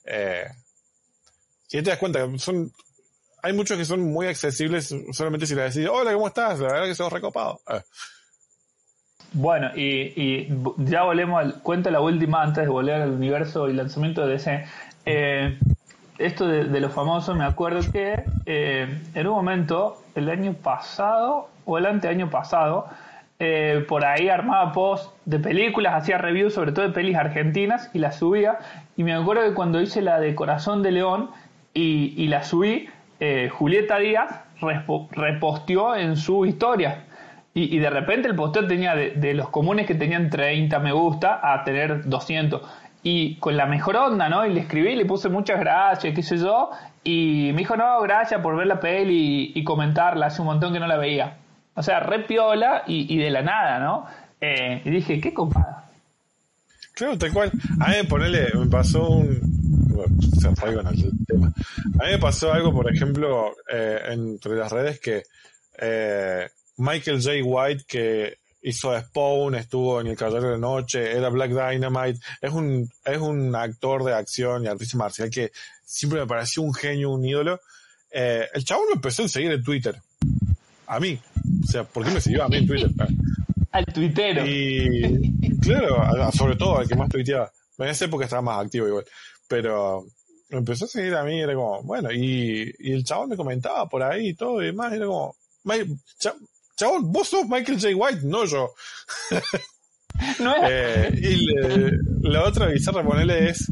y te das cuenta, hay muchos que son muy accesibles solamente si le decís, hola, ¿cómo estás? La verdad que sos recopado. Bueno, y ya cuento la última antes de volver al universo y lanzamiento de DC. Esto de los famosos, me acuerdo que en un momento, el año pasado o el anteaño pasado, por ahí armaba posts de películas, hacía reviews sobre todo de pelis argentinas y las subía. Y me acuerdo que cuando hice la de Corazón de León y la subí, Julieta Díaz reposteó en su historia. Y de repente el posteo tenía de los comunes que tenían 30 me gusta a tener 200. Y con la mejor onda, ¿no? Y le escribí, le puse muchas gracias, qué sé yo. Y me dijo, no, gracias por ver la peli y comentarla. Hace un montón que no la veía. O sea, re piola y de la nada, ¿no? Y dije, qué copada. Claro, tal cual. A mí me pasó se fue con el tema. A mí me pasó algo, por ejemplo, entre las redes que Michael J. White, que hizo Spawn, estuvo en El Caballero de la Noche, era Black Dynamite, es un actor de acción y artista marcial que siempre me pareció un genio, un ídolo. El chabón me empezó a seguir en Twitter. A mí. O sea, ¿por qué me siguió a mí en Twitter? Al tuitero. Y claro, sobre todo al que más tuiteaba. En esa época estaba más activo igual. Pero me empezó a seguir a mí, era como, bueno, y el chabón me comentaba por ahí y todo y demás, era como, chabón, vos sos Michael J. White, no yo. No y la otra bizarra, ponele, es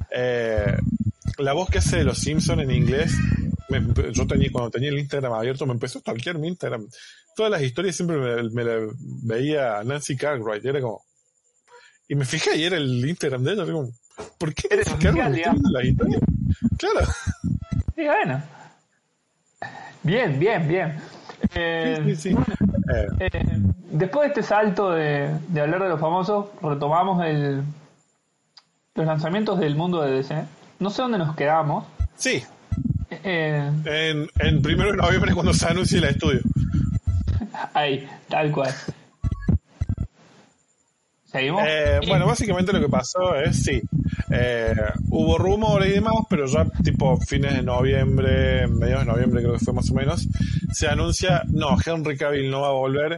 la voz que hace de los Simpsons en inglés. Cuando tenía el Instagram abierto, me empezó a stalkear mi Instagram. Todas las historias siempre me la veía Nancy Cartwright, era como, y me fijé y era el Instagram de ella, era como, ¿por qué Nancy Cartwright está viendo las historias? Claro. Sí, bueno. Bien. Sí. Después de este salto de hablar de los famosos, retomamos los lanzamientos del mundo de DC. No sé dónde nos quedamos. Sí. En 1 de noviembre cuando se anuncie el estudio. Ahí, tal cual. ¿Seguimos? Bueno, básicamente lo que pasó es, sí, hubo rumores y demás, pero ya tipo fines de noviembre, mediados de noviembre creo que fue más o menos, se anuncia, no, Henry Cavill no va a volver,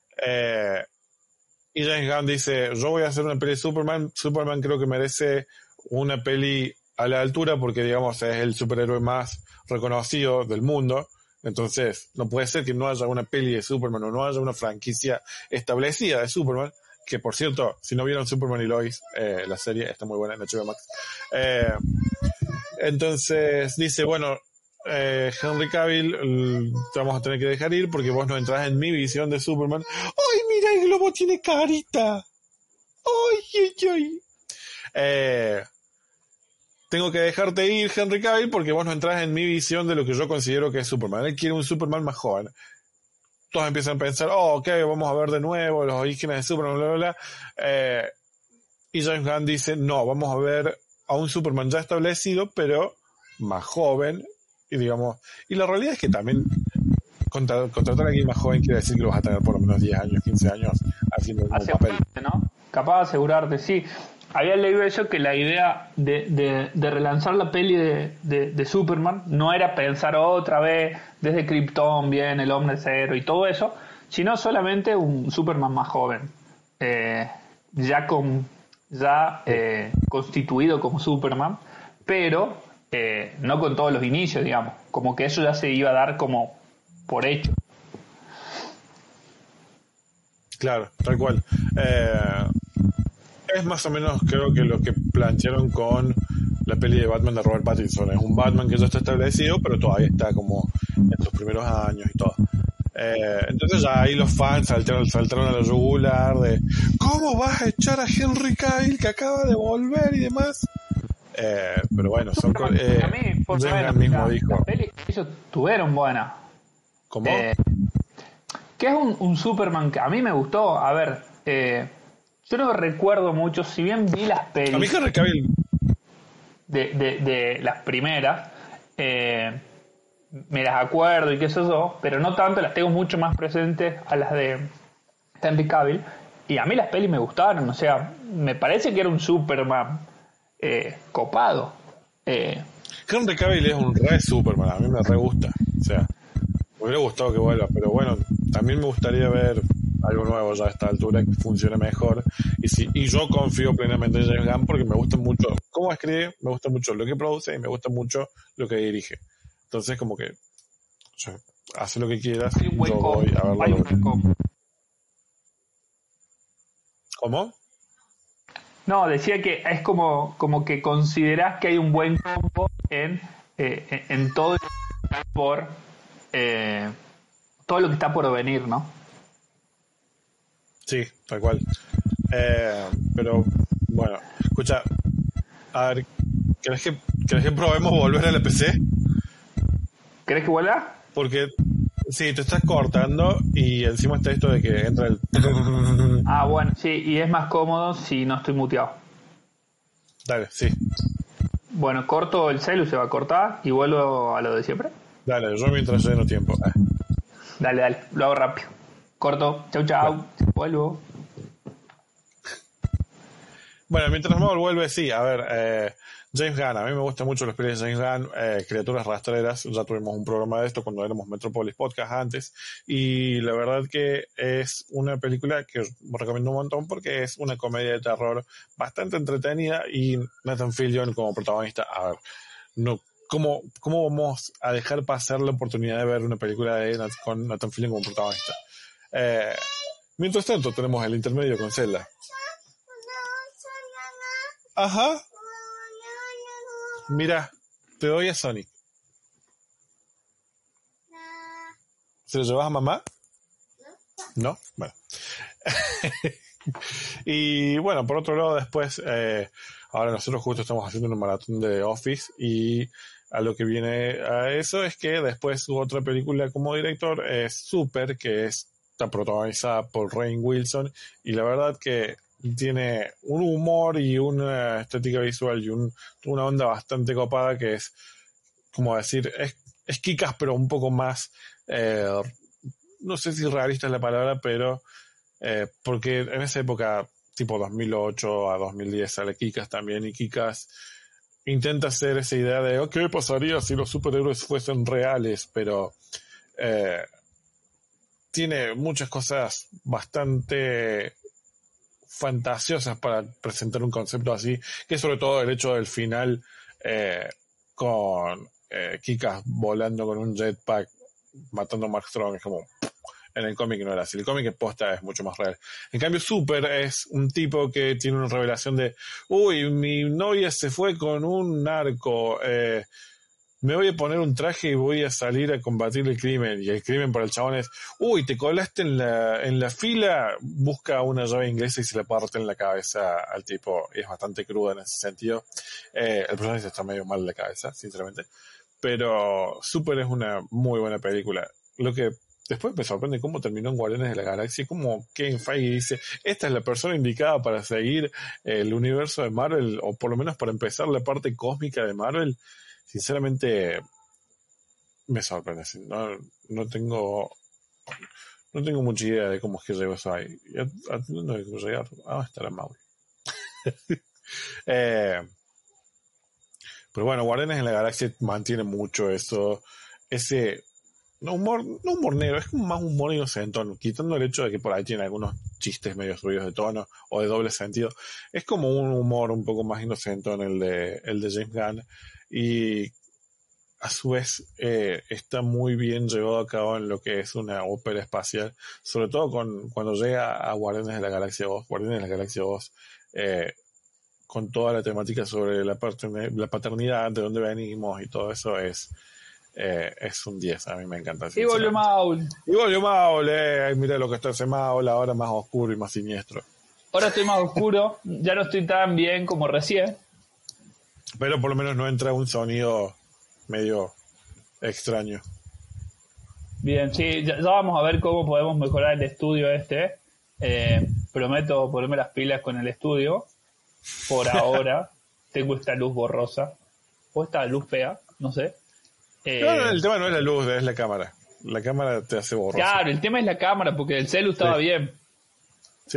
y James Gunn dice, yo voy a hacer una peli de Superman creo que merece una peli a la altura porque digamos es el superhéroe más reconocido del mundo, entonces no puede ser que no haya una peli de Superman o no haya una franquicia establecida de Superman, que por cierto, si no vieron Superman y Lois, la serie está muy buena en HBO Max. Entonces dice, bueno, Henry Cavill, te vamos a tener que dejar ir porque vos no entrás en mi visión de Superman. ¡Ay, mira, el globo tiene carita! ¡Ay! tengo que dejarte ir, Henry Cavill, porque vos no entras en mi visión de lo que yo considero que es Superman. Él quiere un Superman más joven. Todos empiezan a pensar, ok, vamos a ver de nuevo los orígenes de Superman, bla, bla, bla. Y James Gunn dice, no, vamos a ver a un Superman ya establecido, pero más joven. Y digamos, y la realidad es que también contratar a alguien más joven quiere decir que lo vas a tener por lo menos 10 años, 15 años haciendo el mismo papel. ¿No? Capaz de asegurarte, sí. Había leído eso, que la idea de relanzar la peli de Superman no era pensar otra vez desde Krypton, bien, el Hombre Cero y todo eso, sino solamente un Superman más joven, ya constituido como Superman, pero no con todos los inicios, digamos, como que eso ya se iba a dar como por hecho. Claro, tal cual. Es más o menos, creo que lo que plantearon con la peli de Batman de Robert Pattinson. Es un Batman que ya está establecido, pero todavía está como en sus primeros años y todo. Entonces ya ahí los fans saltaron a la yugular de ¿cómo vas a echar a Henry Cavill que acaba de volver y demás? Pero bueno, son a mí, por James lo Gunn mismo menos, dijo. las pelis que ellos tuvieron buenas. ¿Cómo? Que es un Superman que a mí me gustó. A ver, yo no recuerdo mucho, si bien vi las pelis. A mí Henry Cavill de las primeras, me las acuerdo y qué sé yo, pero no tanto, las tengo mucho más presentes a las de Henry Cavill. Y a mí las pelis me gustaron, o sea, me parece que era un Superman copado. Henry Cavill es un re Superman, a mí me re gusta. O sea, me hubiera gustado que vuelva, pero bueno, también me gustaría ver algo nuevo ya a esta altura que funcione mejor. Y yo confío plenamente en James Gunn porque me gusta mucho cómo escribe, me gusta mucho lo que produce y me gusta mucho lo que dirige. Entonces, como que, o sea, hace lo que quieras, yo voy a verlo. ¿Cómo? No, decía que es como que considerás que hay un buen combo en todo por todo lo que está por venir, ¿no? Sí, tal cual. Pero, bueno, escucha, a ver, ¿crees que probemos volver a la PC? ¿Querés que vuelva? Porque, sí, te estás cortando y encima está esto de que entra el... Ah, bueno, sí, y es más cómodo si no estoy muteado. Dale, sí. Bueno, corto el celu, se va a cortar y vuelvo a lo de siempre. Dale, yo mientras lleno tiempo. Dale, lo hago rápido. Corto, chau, Bueno. vuelvo. Bueno, mientras Maul vuelve, sí, a ver, James Gunn, a mí me gustan mucho las películas de James Gunn, Criaturas Rastreras, ya tuvimos un programa de esto cuando éramos Metropolis Podcast antes, y la verdad que es una película que os recomiendo un montón porque es una comedia de terror bastante entretenida y Nathan Fillion como protagonista, a ver, no, ¿cómo vamos a dejar pasar la oportunidad de ver una película con Nathan Fillion como protagonista? Mientras tanto tenemos el intermedio con Zelda. Ajá. Mira, te doy a Sonic. ¿Se lo llevas a mamá? ¿No? Bueno. Y bueno, por otro lado, después, ahora nosotros justo estamos haciendo un maratón de Office y a lo que viene a eso es que después su otra película como director es Super, que está protagonizada por Rainn Wilson y la verdad que tiene un humor y una estética visual y una onda bastante copada que es, como decir, es Kick-Ass pero un poco más, no sé si realista es la palabra, pero porque en esa época, tipo 2008 a 2010 sale Kick-Ass también y Kick-Ass intenta hacer esa idea de ¿qué pasaría si los superhéroes fuesen reales? Pero tiene muchas cosas bastante fantasiosas para presentar un concepto así, que sobre todo el hecho del final con Kick-Ass volando con un jetpack matando a Mark Strong es como en el cómic no era así, el cómic en posta es mucho más real. En cambio Super es un tipo que tiene una revelación de mi novia se fue con un narco, me voy a poner un traje y voy a salir a combatir el crimen. Y el crimen para el chabón es, uy, te colaste en la fila, busca una llave inglesa y se le parte en la cabeza al tipo. Y es bastante crudo en ese sentido. El personaje está medio mal de la cabeza, sinceramente. Pero Super es una muy buena película. Lo que después me sorprende cómo terminó en Guardianes de la Galaxia, como Kevin Feige dice, esta es la persona indicada para seguir el universo de Marvel, o por lo menos para empezar la parte cósmica de Marvel. Sinceramente me sorprende. No tengo mucha idea de cómo es que llegó eso ahí. ¿A dónde hay que llegar? Estará Maui. Pero bueno, Guardianes de la Galaxia mantiene mucho ese no humor negro, es como más humor inocentón, quitando el hecho de que por ahí tiene algunos chistes medio subidos de tono o de doble sentido. Es como un humor un poco más inocentón el de James Gunn, y a su vez está muy bien llevado a cabo en lo que es una ópera espacial, sobre todo cuando llega a Guardianes de la Galaxia 2. Guardianes de la Galaxia 2 con toda la temática sobre la paternidad, de dónde venimos y todo eso es un 10, a mí me encanta. Y volvió Maul. Mira lo que está ese Maul, ahora más oscuro y más siniestro. Ahora estoy más oscuro, ya no estoy tan bien como recién. Pero por lo menos no entra un sonido medio extraño. Bien, sí, ya vamos a ver cómo podemos mejorar el estudio prometo ponerme las pilas con el estudio. Por ahora tengo esta luz borrosa o esta luz fea, no sé. No, el tema no es la luz, es la cámara. La cámara te hace borroso. Claro, el tema es la cámara, porque el celu estaba bien. Sí.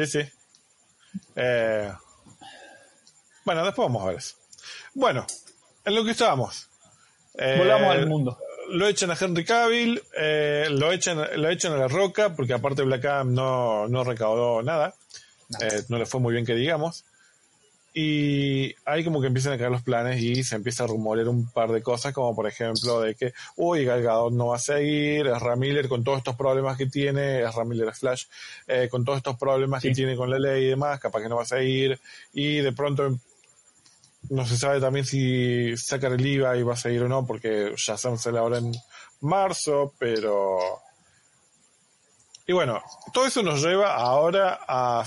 Bueno, después vamos a ver eso. Bueno, en lo que estábamos. Volvamos al mundo. Lo echan a Henry Cavill, lo echan a La Roca, porque aparte Black Adam no recaudó nada. No le fue muy bien que digamos. Y ahí como que empiezan a caer los planes y se empieza a rumorear un par de cosas, como por ejemplo de que, Gal Gadot no va a seguir, Ezra Miller con todos estos problemas que tiene, Ezra Miller es Flash, con todos estos problemas que tiene con la ley y demás, capaz que no va a seguir, y de pronto no se sabe también si Zachary Levi va a seguir o no, porque ya se sale ahora en marzo, pero... Y bueno, todo eso nos lleva ahora a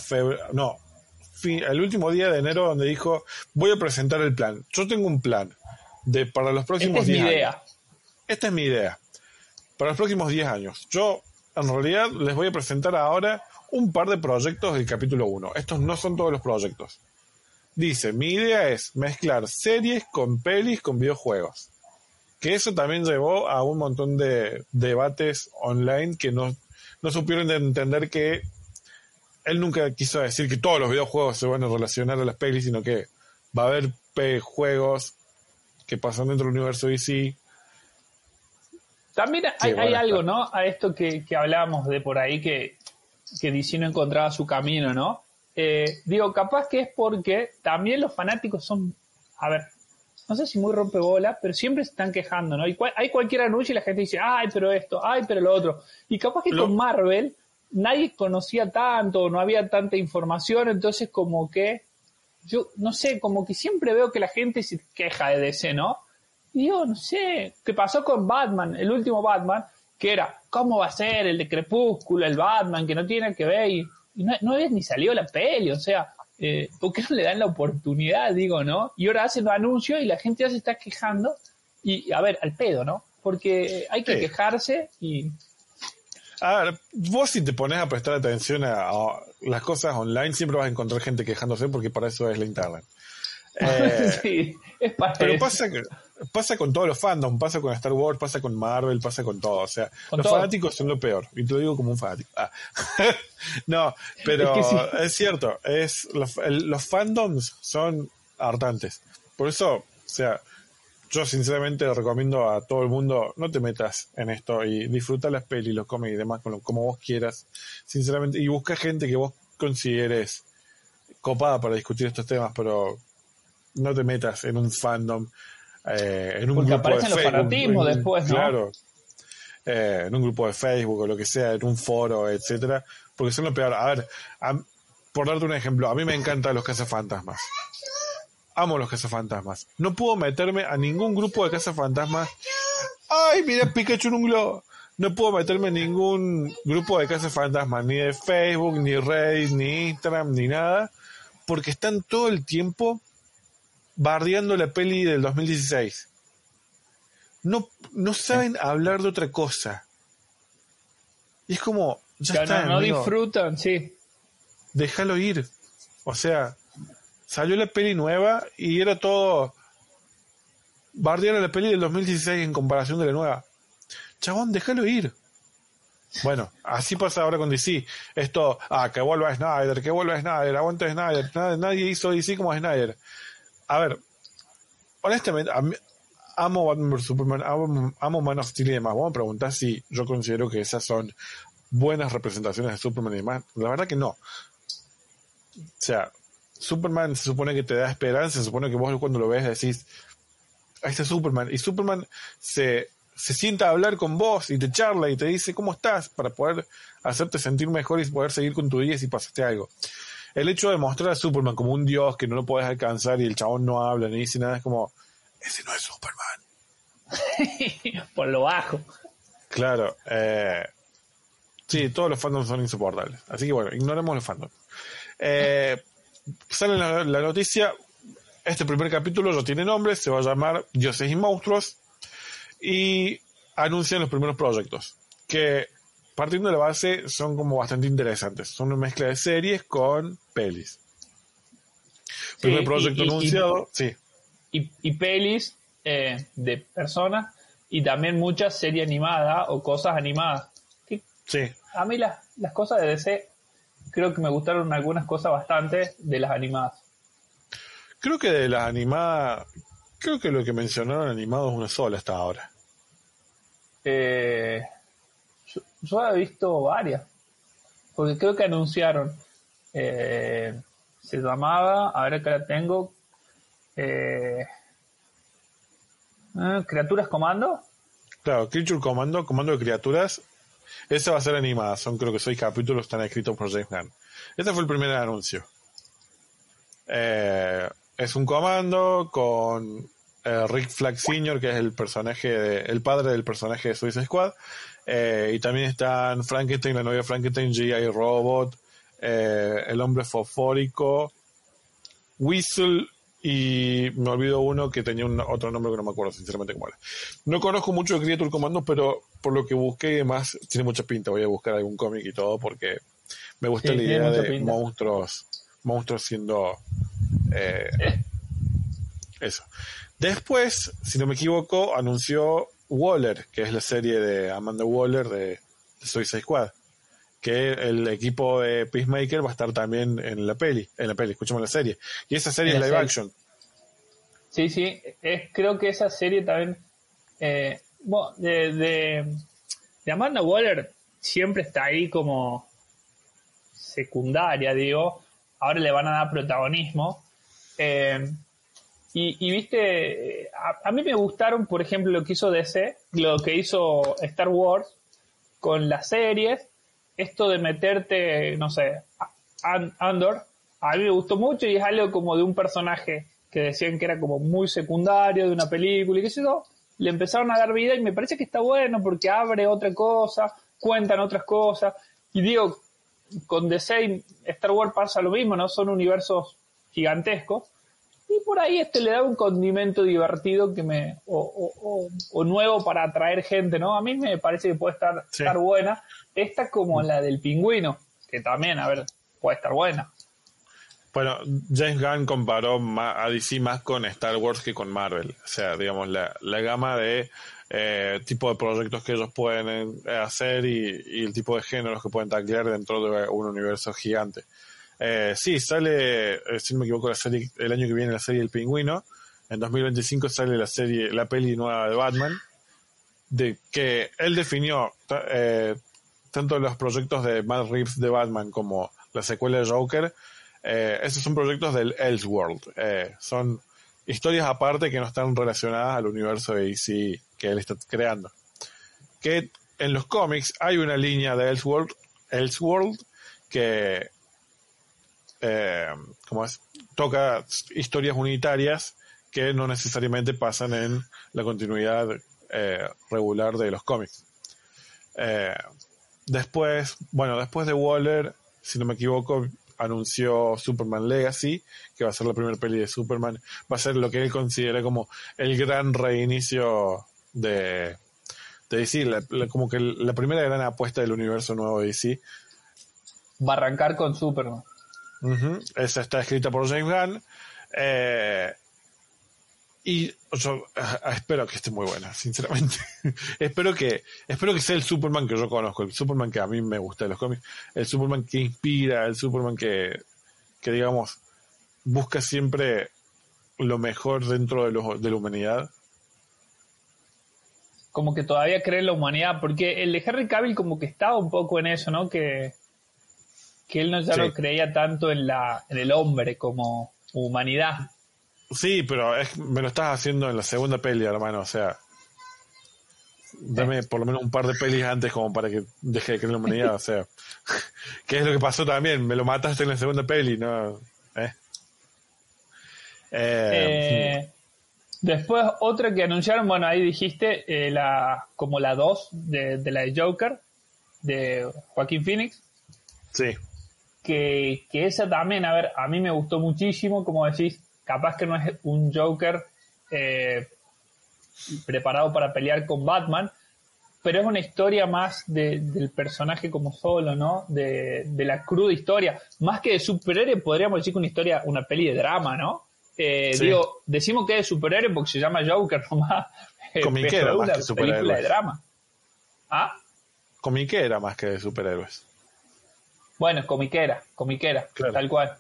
el último día de enero, donde dijo, voy a presentar el plan. Yo tengo un plan para los próximos 10 años. Esta es mi idea. Para los próximos 10 años. Yo, en realidad, les voy a presentar ahora un par de proyectos del capítulo 1. Estos no son todos los proyectos. Dice, mi idea es mezclar series con pelis con videojuegos. Que eso también llevó a un montón de debates online que no supieron entender que él nunca quiso decir que todos los videojuegos se van a relacionar a las pelis, sino que va a haber juegos que pasan dentro del universo DC. También hay algo, ¿no? A esto que hablábamos de por ahí que DC no encontraba su camino, ¿no? Capaz que es porque también los fanáticos son, a ver, no sé si muy rompebola, pero siempre se están quejando, ¿no? Y hay cualquier anuncio y la gente dice, ay, pero esto, ay, pero lo otro. Y capaz que con Marvel nadie conocía tanto, no había tanta información, entonces como que, yo no sé, como que siempre veo que la gente se queja de DC, ¿no? Y yo no sé, ¿qué pasó con Batman, el último Batman, que era, ¿cómo va a ser el de Crepúsculo, el Batman, que no tiene que ver? Y no había ni salido la peli, o sea, ¿por qué no le dan la oportunidad, digo, no? Y ahora hacen un anuncio y la gente ya se está quejando, y a ver, al pedo, ¿no? Porque hay que quejarse y... A ver, vos si te pones a prestar atención a las cosas online, siempre vas a encontrar gente quejándose, porque para eso es la internet. Sí, es para pero eso. pasa con todos los fandoms, pasa con Star Wars, pasa con Marvel, pasa con todo. O sea, los fanáticos son lo peor. Y te lo digo como un fanático. No, pero es cierto. Los fandoms son hartantes. Por eso, o sea, yo sinceramente recomiendo a todo el mundo, no te metas en esto y disfruta las pelis, los cómics y demás como vos quieras, sinceramente, y busca gente que vos consideres copada para discutir estos temas, pero no te metas en un fandom, en un porque grupo de Facebook. Porque aparecen los fanatismos después, ¿no? Claro, en un grupo de Facebook o lo que sea, en un foro, etcétera, porque son lo peor. A ver, por darte un ejemplo, a mí me encantan los cazafantasmas. amo los cazafantasmas. No puedo meterme a ningún grupo de cazafantasmas. ¡Ay, mira Pikachu en un globo! No puedo meterme en ningún grupo de cazafantasmas, ni de Facebook, ni Reddit, ni Instagram, ni nada, porque están todo el tiempo bardeando la peli del 2016. No saben hablar de otra cosa. Y es como, ya está, no disfrutan, sí. Déjalo ir. O sea, salió la peli nueva y era todo bardear a la peli del 2016 en comparación de la nueva. Chabón, déjalo ir. Bueno, así pasa ahora con DC. Esto, que vuelva Snyder, aguante Snyder. Nadie hizo DC como Snyder. A ver, honestamente, amo Batman vs Superman, amo Man of Steel y demás. Vamos a preguntar si yo considero que esas son buenas representaciones de Superman y demás. La verdad que no. O sea, Superman se supone que te da esperanza, se supone que vos cuando lo ves decís, ahí está Superman. Y Superman se sienta a hablar con vos y te charla y te dice cómo estás para poder hacerte sentir mejor y poder seguir con tu día si pasaste algo. El hecho de mostrar a Superman como un dios que no lo podés alcanzar y el chabón no habla ni dice nada, es como, ese no es Superman. Por lo bajo. Claro. Sí, todos los fandoms son insoportables. Así que bueno, ignoremos los fandoms. Sale la noticia, este primer capítulo ya tiene nombre, se va a llamar Dioses y Monstruos, y anuncian los primeros proyectos, que partiendo de la base son como bastante interesantes. Son una mezcla de series con pelis. Sí, primer proyecto anunciado, sí. Y pelis de personas y también muchas series animadas o cosas animadas. Sí. A mí las cosas de DC creo que me gustaron algunas cosas bastante de las animadas. Creo que de las animadas, creo que lo que mencionaron animado es una sola hasta ahora. Yo he visto varias, porque creo que anunciaron, se llamaba, a ver acá la tengo, Criaturas Comando. Claro, Creature Comando, Comando de Criaturas, esa va a ser animada, son creo que 6 capítulos, están escritos por James Gunn. Ese fue el primer anuncio. Es un comando con Rick Flag Sr., que es el el padre del personaje de Suicide Squad, y también están Frankenstein, la novia Frankenstein, G.I. Robot, el hombre fosfórico, Whistle, y me olvido uno que tenía otro nombre que no me acuerdo sinceramente cómo era. No conozco mucho de Creature Commando, pero por lo que busqué y demás tiene mucha pinta. Voy a buscar algún cómic y todo porque me gusta la idea de monstruos siendo eso. Después, si no me equivoco, anunció Waller, que es la serie de Amanda Waller de Suicide Squad, que el equipo de Peacemaker va a estar también en la peli, escúchame, la serie. Y esa serie es live action. Sí, creo que esa serie también, de Amanda Waller siempre está ahí como secundaria, digo. Ahora le van a dar protagonismo. Y viste, a mí me gustaron, por ejemplo, lo que hizo DC, lo que hizo Star Wars con las series, esto de meterte, no sé, Andor, a mí me gustó mucho y es algo como de un personaje que decían que era como muy secundario de una película y qué sé yo, le empezaron a dar vida y me parece que está bueno porque abre otra cosa, cuentan otras cosas, y digo, con DC y Star Wars pasa lo mismo, ¿no? Son universos gigantescos, y por ahí le da un condimento divertido que o nuevo para atraer gente, ¿no? A mí me parece que puede estar buena. Esta como la del Pingüino, que también, a ver, puede estar buena. Bueno, James Gunn comparó a DC más con Star Wars que con Marvel. O sea, digamos, la gama de tipo de proyectos que ellos pueden hacer y el tipo de géneros que pueden taclear dentro de un universo gigante. Sí, sale, si no me equivoco, la serie el año que viene, la serie El Pingüino. En 2025 sale la peli nueva de Batman, de que él definió tanto los proyectos de Matt Reeves de Batman como la secuela de Joker. Esos son proyectos del Elseworld. Son historias aparte que no están relacionadas al universo de DC que él está creando. Que en los cómics hay una línea de Elseworld que ¿cómo es? toca historias unitarias que no necesariamente pasan en la continuidad regular de los cómics. Después de Waller, si no me equivoco, anunció Superman Legacy, que va a ser la primera peli de Superman. Va a ser lo que él considera como el gran reinicio de DC, como que la primera gran apuesta del universo nuevo de DC. Va a arrancar con Superman. Uh-huh. Esa está escrita por James Gunn. Y yo espero que esté muy buena, sinceramente. espero que sea el Superman que yo conozco, el Superman que a mí me gusta de los cómics, el Superman que inspira, el Superman que digamos, busca siempre lo mejor dentro de la humanidad. Como que todavía cree en la humanidad, porque el de Henry Cavill como que estaba un poco en eso, ¿no? Que él no ya no creía tanto en el hombre como humanidad. Sí, pero me lo estás haciendo en la segunda peli, hermano, o sea, dame por lo menos un par de pelis antes como para que deje de creer en la humanidad, o sea, ¿qué es lo que pasó también? Me lo mataste en la segunda peli, ¿no? Después otra que anunciaron, bueno, ahí dijiste, como la 2 de la de Joker, de Joaquín Phoenix. Sí. Que esa también, a ver, a mí me gustó muchísimo, como decís, capaz que no es un Joker preparado para pelear con Batman, pero es una historia más del personaje como solo, ¿no? De la cruda historia. Más que de superhéroe, podríamos decir que una peli de drama, ¿no? Sí. Digo, decimos que es de superhéroe porque se llama Joker nomás. Comiquera más que superhéroes. Película de drama. ¿Ah? Comiquera más que de superhéroes. Bueno, comiquera, claro. Tal cual.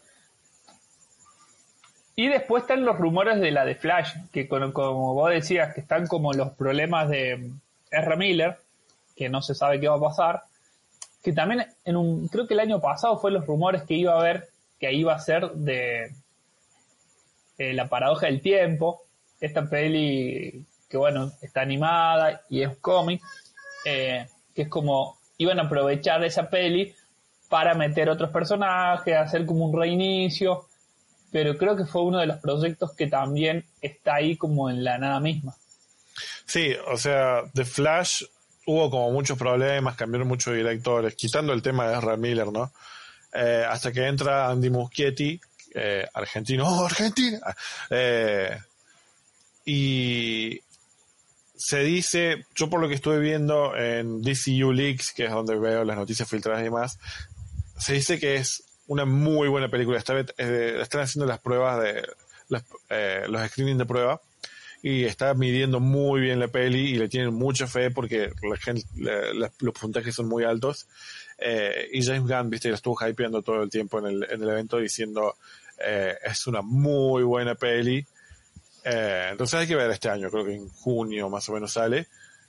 Y después están los rumores de la de Flash, que como vos decías, que están como los problemas de Ezra Miller, que no se sabe qué va a pasar, que también creo que el año pasado fue los rumores que iba a haber, que iba a ser de La Paradoja del Tiempo, esta peli que bueno, está animada y es cómic, que es como, iban a aprovechar esa peli para meter otros personajes, hacer como un reinicio, pero creo que fue uno de los proyectos que también está ahí como en la nada misma. Sí, o sea, The Flash hubo como muchos problemas, cambiaron muchos directores, quitando el tema de Ezra Miller, ¿no? Hasta que entra Andy Muschietti, argentino, Argentina, y se dice, yo por lo que estuve viendo en DCU Leaks, que es donde veo las noticias filtradas y demás, se dice que es una muy buena película. Esta vez están haciendo las pruebas los screenings de prueba y está midiendo muy bien la peli y le tienen mucha fe porque la gente, los puntajes son muy altos. Y James Gunn, viste, la estuvo hypeando todo el tiempo en el evento diciendo es una muy buena peli. Entonces hay que ver este año, creo que en junio más o menos sale.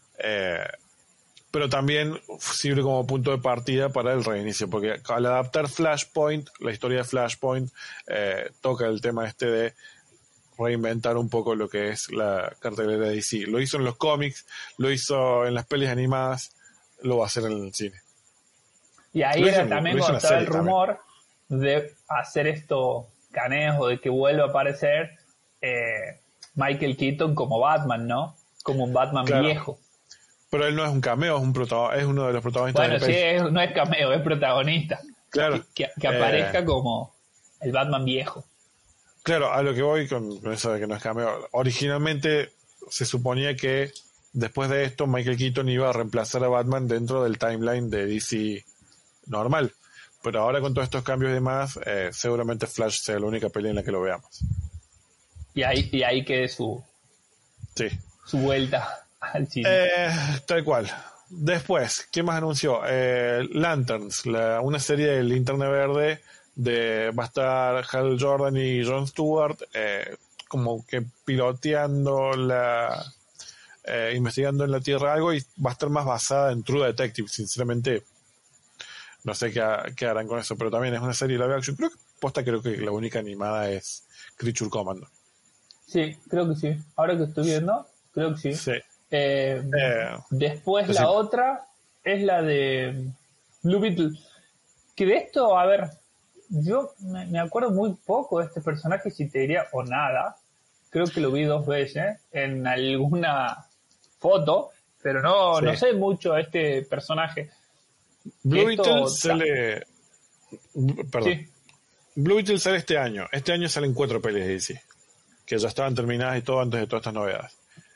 Pero también sirve como punto de partida para el reinicio, porque al adaptar Flashpoint, la historia de Flashpoint, toca el tema de reinventar un poco lo que es la cartelera de DC. Lo hizo en los cómics, lo hizo en las pelis animadas, lo va a hacer en el cine. Y ahí era también cuando estaba el rumor de hacer estos caneos o de que vuelva a aparecer Michael Keaton como Batman, ¿no? Como un Batman viejo. Pero él no es un cameo, es uno de los protagonistas. Bueno, sí, no es cameo, es protagonista. Claro. Que aparezca como el Batman viejo. Claro, a lo que voy con eso de que no es cameo. Originalmente se suponía que después de esto Michael Keaton iba a reemplazar a Batman dentro del timeline de DC normal. Pero ahora con todos estos cambios y demás, seguramente Flash sea la única peli en la que lo veamos. Y ahí quede su vuelta al cine. Tal cual. Después, ¿qué más anunció? Lanterns, una serie de Linterna Verde va a estar Hal Jordan y Jon Stewart como que piloteando investigando en la Tierra algo, y va a estar más basada en True Detective. Sinceramente no sé qué harán con eso, pero también es una serie live action. Creo que la única animada es Creature Commando. Sí, creo que sí. Ahora que estoy viendo, creo que sí. Sí. Después la otra es la de Blue Beetle. Que de esto, a ver, Yo me acuerdo muy poco de este personaje, si te diría, o nada. Creo que lo vi 2 veces en alguna foto, pero no, Sí. no sé mucho de este personaje. Blue Beetle Esto, sale... Perdón. sí, Blue Beetle sale este año. Este año salen 4 pelis de DC, que ya estaban terminadas y todo antes de todas estas novedades.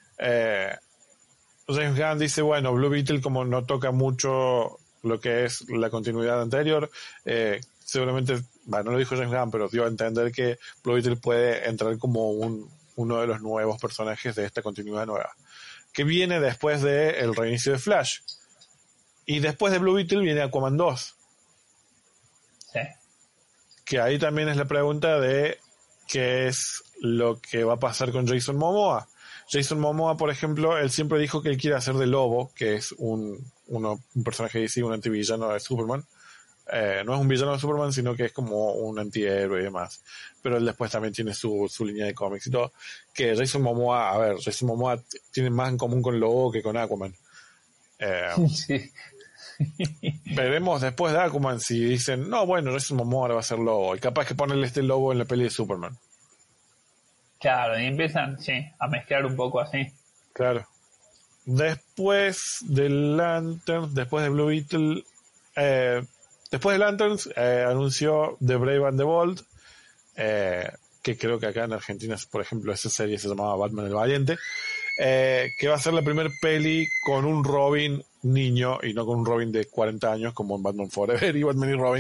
James Gunn dice, bueno, Blue Beetle como no toca mucho lo que es la continuidad anterior, seguramente, bueno, no lo dijo James Gunn, pero dio a entender que Blue Beetle puede entrar como uno de los nuevos personajes de esta continuidad nueva, que viene después del reinicio de Flash. Y después de Blue Beetle viene Aquaman 2. sí. Que ahí también es la pregunta de qué es lo que va a pasar con Jason Momoa. Jason Momoa, por ejemplo, él siempre dijo que él quiere hacer de Lobo, que es un personaje de DC, un antivillano de Superman. No es un villano de Superman, sino que es como un antihéroe y demás. Pero él después también tiene su línea de cómics y todo. Que Jason Momoa tiene más en común con Lobo que con Aquaman. Sí. Veremos después de Aquaman si dicen, no, bueno, Jason Momoa ahora va a ser Lobo. Y capaz que ponerle este Lobo en la peli de Superman. Claro, y empiezan, sí, a mezclar un poco así. Claro. Después de Lanterns, después de Blue Beetle, después de Lanterns, anunció The Brave and the Bold, que creo que acá en Argentina, por ejemplo, esa serie se llamaba Batman el Valiente, que va a ser la primer peli con un Robin niño y no con un Robin de 40 años como en Batman Forever y Batman y Robin.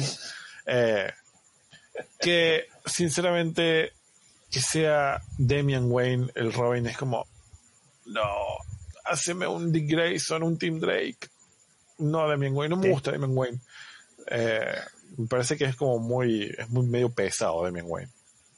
Que sinceramente que sea Damian Wayne el Robin es como, no, haceme un Dick Grayson, un Tim Drake. No, Damian Wayne, no me gusta Damian Wayne. Me parece que es muy medio pesado Damian Wayne.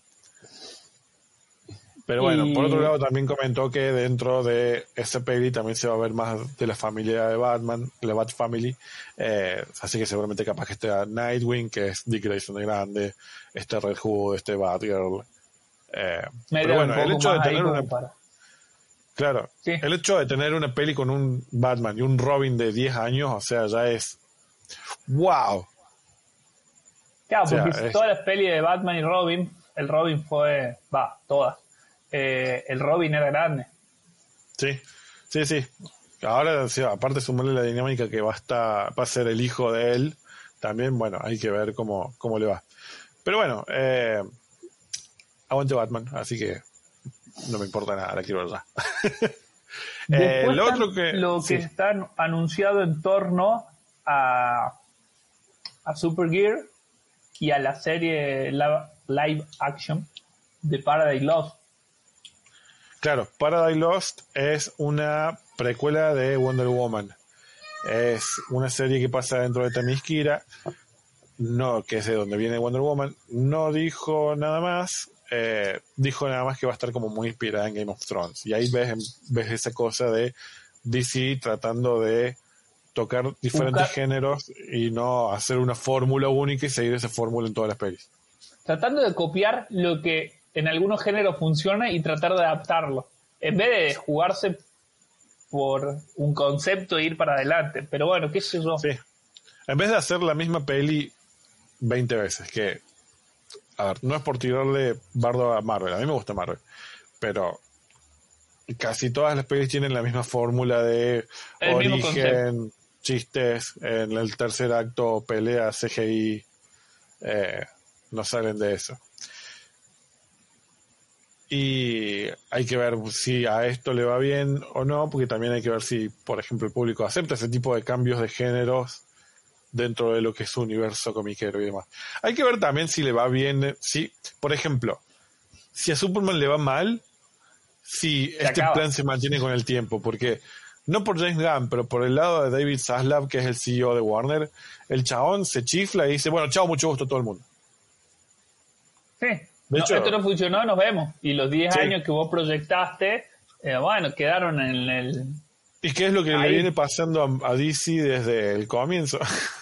Pero bueno, por otro lado también comentó que dentro de ese peli también se va a ver más de la familia de Batman, la Bat Family, así que seguramente capaz que esté Nightwing, que es Dick Grayson de grande, este Red Hood, este Batgirl. Pero bueno, el hecho de tener Claro, sí. El hecho de tener una peli con un Batman y un Robin de 10 años, o sea, ya es... ¡Wow! Claro, o sea, porque todas las pelis de Batman y Robin, el Robin fue... todas. El Robin era grande. Sí. Ahora, sí, aparte sumarle la dinámica que va a ser el hijo de él, también, bueno, hay que ver cómo le va. Pero bueno, aguante Batman, así que no me importa nada, la quiero ver ya. Lo que está anunciado en torno a Supergear y a la serie live action de Paradise Lost. Claro, Paradise Lost es una precuela de Wonder Woman. Es una serie que pasa dentro de Themyscira, no, que es de donde viene Wonder Woman. No dijo nada más. Dijo nada más que va a estar como muy inspirada en Game of Thrones. Y ahí ves esa cosa de DC tratando de tocar diferentes géneros y no hacer una fórmula única y seguir esa fórmula en todas las pelis. Tratando de copiar lo que en algunos géneros funciona y tratar de adaptarlo. En vez de jugarse por un concepto e ir para adelante. Pero bueno, qué sé yo. Sí. En vez de hacer la misma peli 20 veces, que a ver, no es por tirarle bardo a Marvel, a mí me gusta Marvel, pero casi todas las pelis tienen la misma fórmula de origen, chistes, en el tercer acto pelea, CGI, no salen de eso. Y hay que ver si a esto le va bien o no, porque también hay que ver si, por ejemplo, el público acepta ese tipo de cambios de géneros dentro de lo que es su universo comiquero y demás. Hay que ver también si le va bien, si, por ejemplo, si a Superman le va mal, si plan se mantiene con el tiempo, porque no por James Gunn, pero por el lado de David Zaslav, que es el CEO de Warner, el chabón se chifla y dice, bueno, chao, mucho gusto a todo el mundo. Sí, de hecho, esto no funcionó, nos vemos. Y los 10 años que vos proyectaste, bueno, quedaron en el... ¿Y qué es lo que le viene pasando a DC desde el comienzo?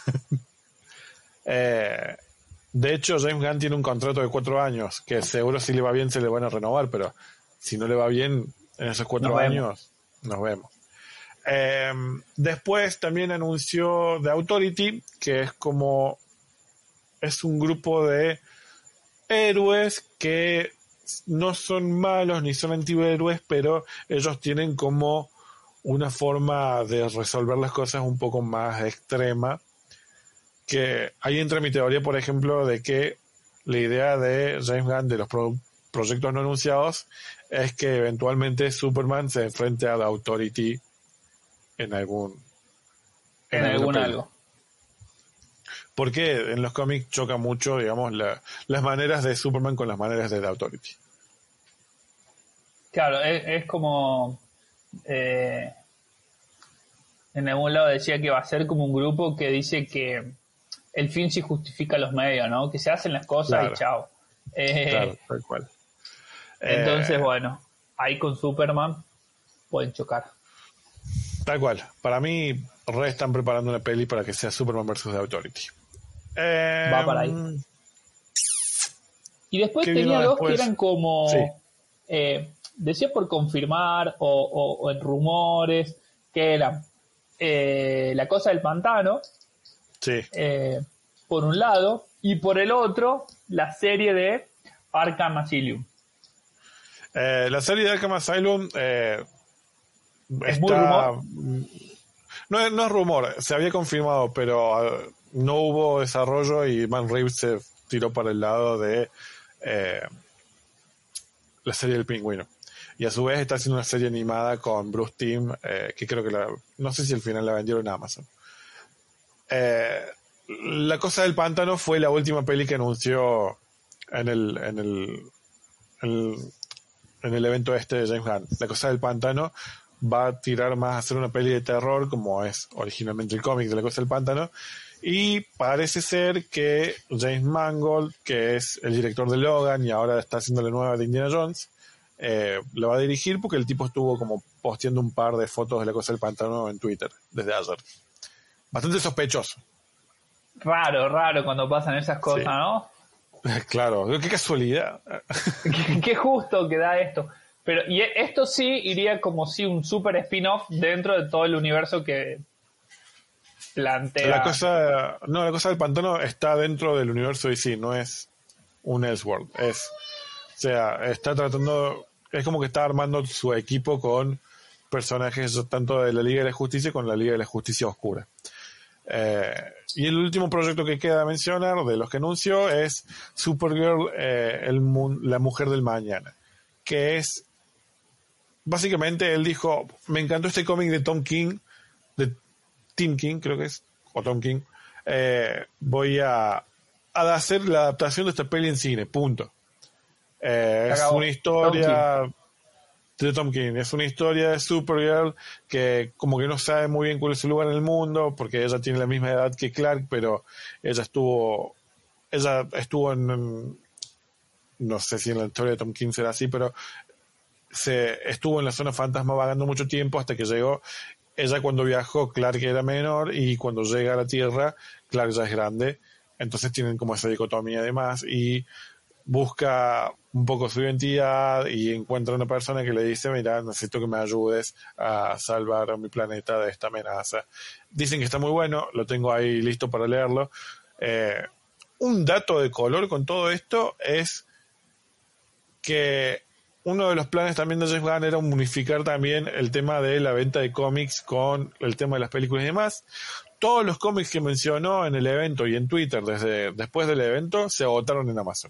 De hecho, James Gunn tiene un contrato de 4 años, que seguro si le va bien se le van a renovar, pero si no le va bien en esos 4 años, nos vemos. Después también anunció The Authority, que es como es un grupo de héroes que no son malos ni son antihéroes, pero ellos tienen como una forma de resolver las cosas un poco más extrema, que ahí entra mi teoría, por ejemplo, de que la idea de James Gunn de los proyectos no anunciados es que eventualmente Superman se enfrente a la Authority en algún algo. Porque en los cómics choca mucho, digamos, las maneras de Superman con las maneras de The Authority. Claro, es como... en algún lado decía que va a ser como un grupo que dice que el fin sí justifica los medios, ¿no? Que se hacen las cosas Claro. y chao. Claro, tal cual. Entonces, bueno, ahí con Superman pueden chocar. Tal cual. Para mí, están preparando una peli para que sea Superman vs. The Authority. Va para ahí. Y después ¿qué tenía vino dos después? que eran como... Sí. decía por confirmar o en rumores, que eran La Cosa del Pantano, Sí. por un lado, y por el otro, la serie de Arkham Asylum. La serie de Arkham Asylum ¿Es muy rumor? No es rumor, se había confirmado, pero no hubo desarrollo y Man Reeves se tiró para el lado de la serie del Pingüino. Y a su vez está haciendo una serie animada con Bruce Timm, que creo que no sé si al final la vendieron a Amazon. La Cosa del Pantano fue la última peli que anunció en el evento este de James Gunn. La Cosa del Pantano va a tirar más a hacer una peli de terror, como es originalmente el cómic de La Cosa del Pantano, y parece ser que James Mangold, que es el director de Logan y ahora está haciendo la nueva de Indiana Jones, lo va a dirigir, porque el tipo estuvo como posteando un par de fotos de La Cosa del Pantano en Twitter desde ayer. Bastante sospechoso. Raro cuando pasan esas cosas, Sí. ¿no? Claro, qué casualidad. Qué justo que da esto. Pero y esto sí iría como si un super spin-off dentro de todo el universo que plantea. La Cosa del Pantano está dentro del universo DC, no es un Elseworld. O sea, está tratando, es como que está armando su equipo con personajes tanto de la Liga de la Justicia con la Liga de la Justicia Oscura. Y el último proyecto que queda mencionar de los que anunció es Supergirl, la mujer del mañana, que es básicamente, él dijo, me encantó este cómic de Tom King, de Tim King creo que es, o Tom King, voy a hacer la adaptación de esta peli en cine, punto. Es una historia de Tom King, es una historia de Supergirl que como que no sabe muy bien cuál es su lugar en el mundo, porque ella tiene la misma edad que Clark, pero ella estuvo en, no sé si en la historia de Tom King será así, pero estuvo en la zona fantasma vagando mucho tiempo hasta que llegó. Ella cuando viajó, Clark era menor, y cuando llega a la Tierra, Clark ya es grande. Entonces tienen como esa dicotomía además, y busca un poco su identidad y encuentra una persona que le dice, mira, necesito que me ayudes a salvar a mi planeta de esta amenaza. Dicen que está muy bueno, lo tengo ahí listo para leerlo. Un dato de color con todo esto es que uno de los planes también de James Gunn era unificar también el tema de la venta de cómics con el tema de las películas y demás. Todos los cómics que mencionó en el evento y en Twitter desde después del evento se agotaron en Amazon.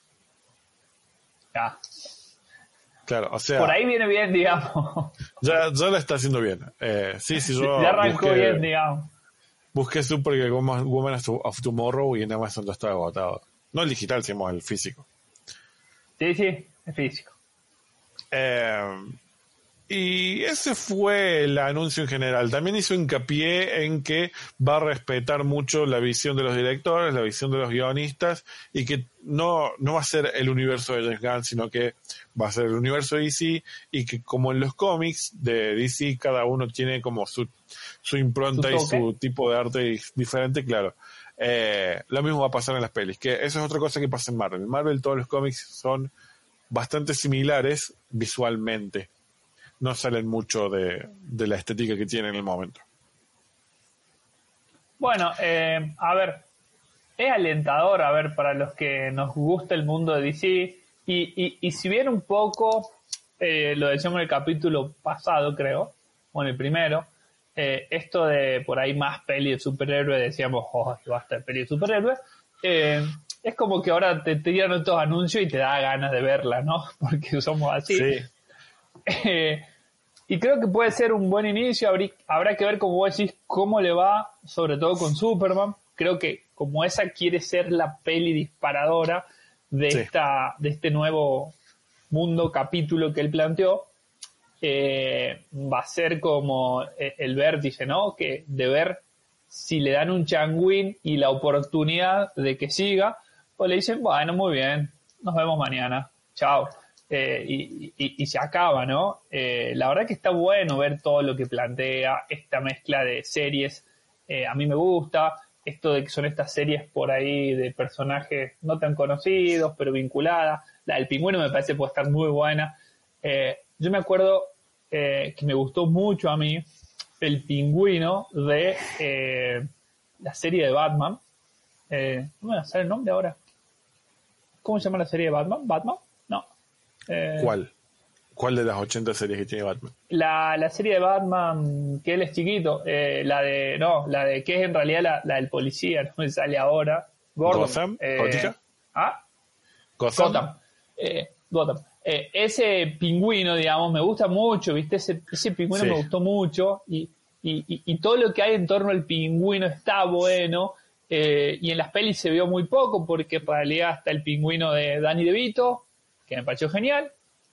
Ya. Claro, o sea... Por ahí viene bien, digamos. Ya la está haciendo bien. Sí, yo ya arrancó bien, digamos. Busqué Supergirl Woman of Tomorrow y en Amazon ya está agotado. No el digital, sino el físico. Sí, es físico. Y ese fue el anuncio en general. También hizo hincapié en que va a respetar mucho la visión de los directores, la visión de los guionistas, y que no va a ser el universo de James Gunn, sino que va a ser el universo de DC, y que como en los cómics de DC cada uno tiene como su impronta y su tipo de arte diferente, claro. Lo mismo va a pasar en las pelis, que eso es otra cosa que pasa en Marvel. En Marvel todos los cómics son bastante similares visualmente. No salen mucho de la estética que tienen en el momento. Bueno, a ver, es alentador, a ver, para los que nos gusta el mundo de DC, y si bien un poco, lo decíamos en el capítulo pasado, creo, o en el primero, esto de por ahí más peli de superhéroes, decíamos, oh, basta de peli de superhéroes, es como que ahora te tiran estos anuncios y te da ganas de verla, ¿no? Porque somos así. Sí. Y creo que puede ser un buen inicio, habrá que ver, como vos decís, cómo le va, sobre todo con Superman. Creo que como esa quiere ser la peli disparadora de, Sí. de este nuevo mundo, capítulo que él planteó, va a ser como el vértice, ¿no? Que de ver si le dan un changüín y la oportunidad de que siga, o le dicen, bueno, muy bien, nos vemos mañana, chao. Y se acaba, ¿no? La verdad que está bueno ver todo lo que plantea, esta mezcla de series, a mí me gusta, esto de que son estas series por ahí de personajes no tan conocidos, pero vinculadas. La del Pingüino me parece que puede estar muy buena. Yo me acuerdo que me gustó mucho a mí el Pingüino de la serie de Batman. No me va a saber el nombre ahora. ¿Cómo se llama la serie de Batman? ¿Batman? No. ¿Cuál? ¿Cuál de las 80 series que tiene Batman? La serie de Batman, que él es chiquito, la de que es en realidad la del policía, no me sale ahora. ¿Gotham? ¿Gótica? Gotham. Gotham. Ese pingüino, digamos, me gusta mucho, ¿viste? Ese pingüino Sí. me gustó mucho y todo lo que hay en torno al pingüino está bueno. Y en las pelis se vio muy poco porque en realidad está el pingüino de Danny DeVito, que me pareció genial.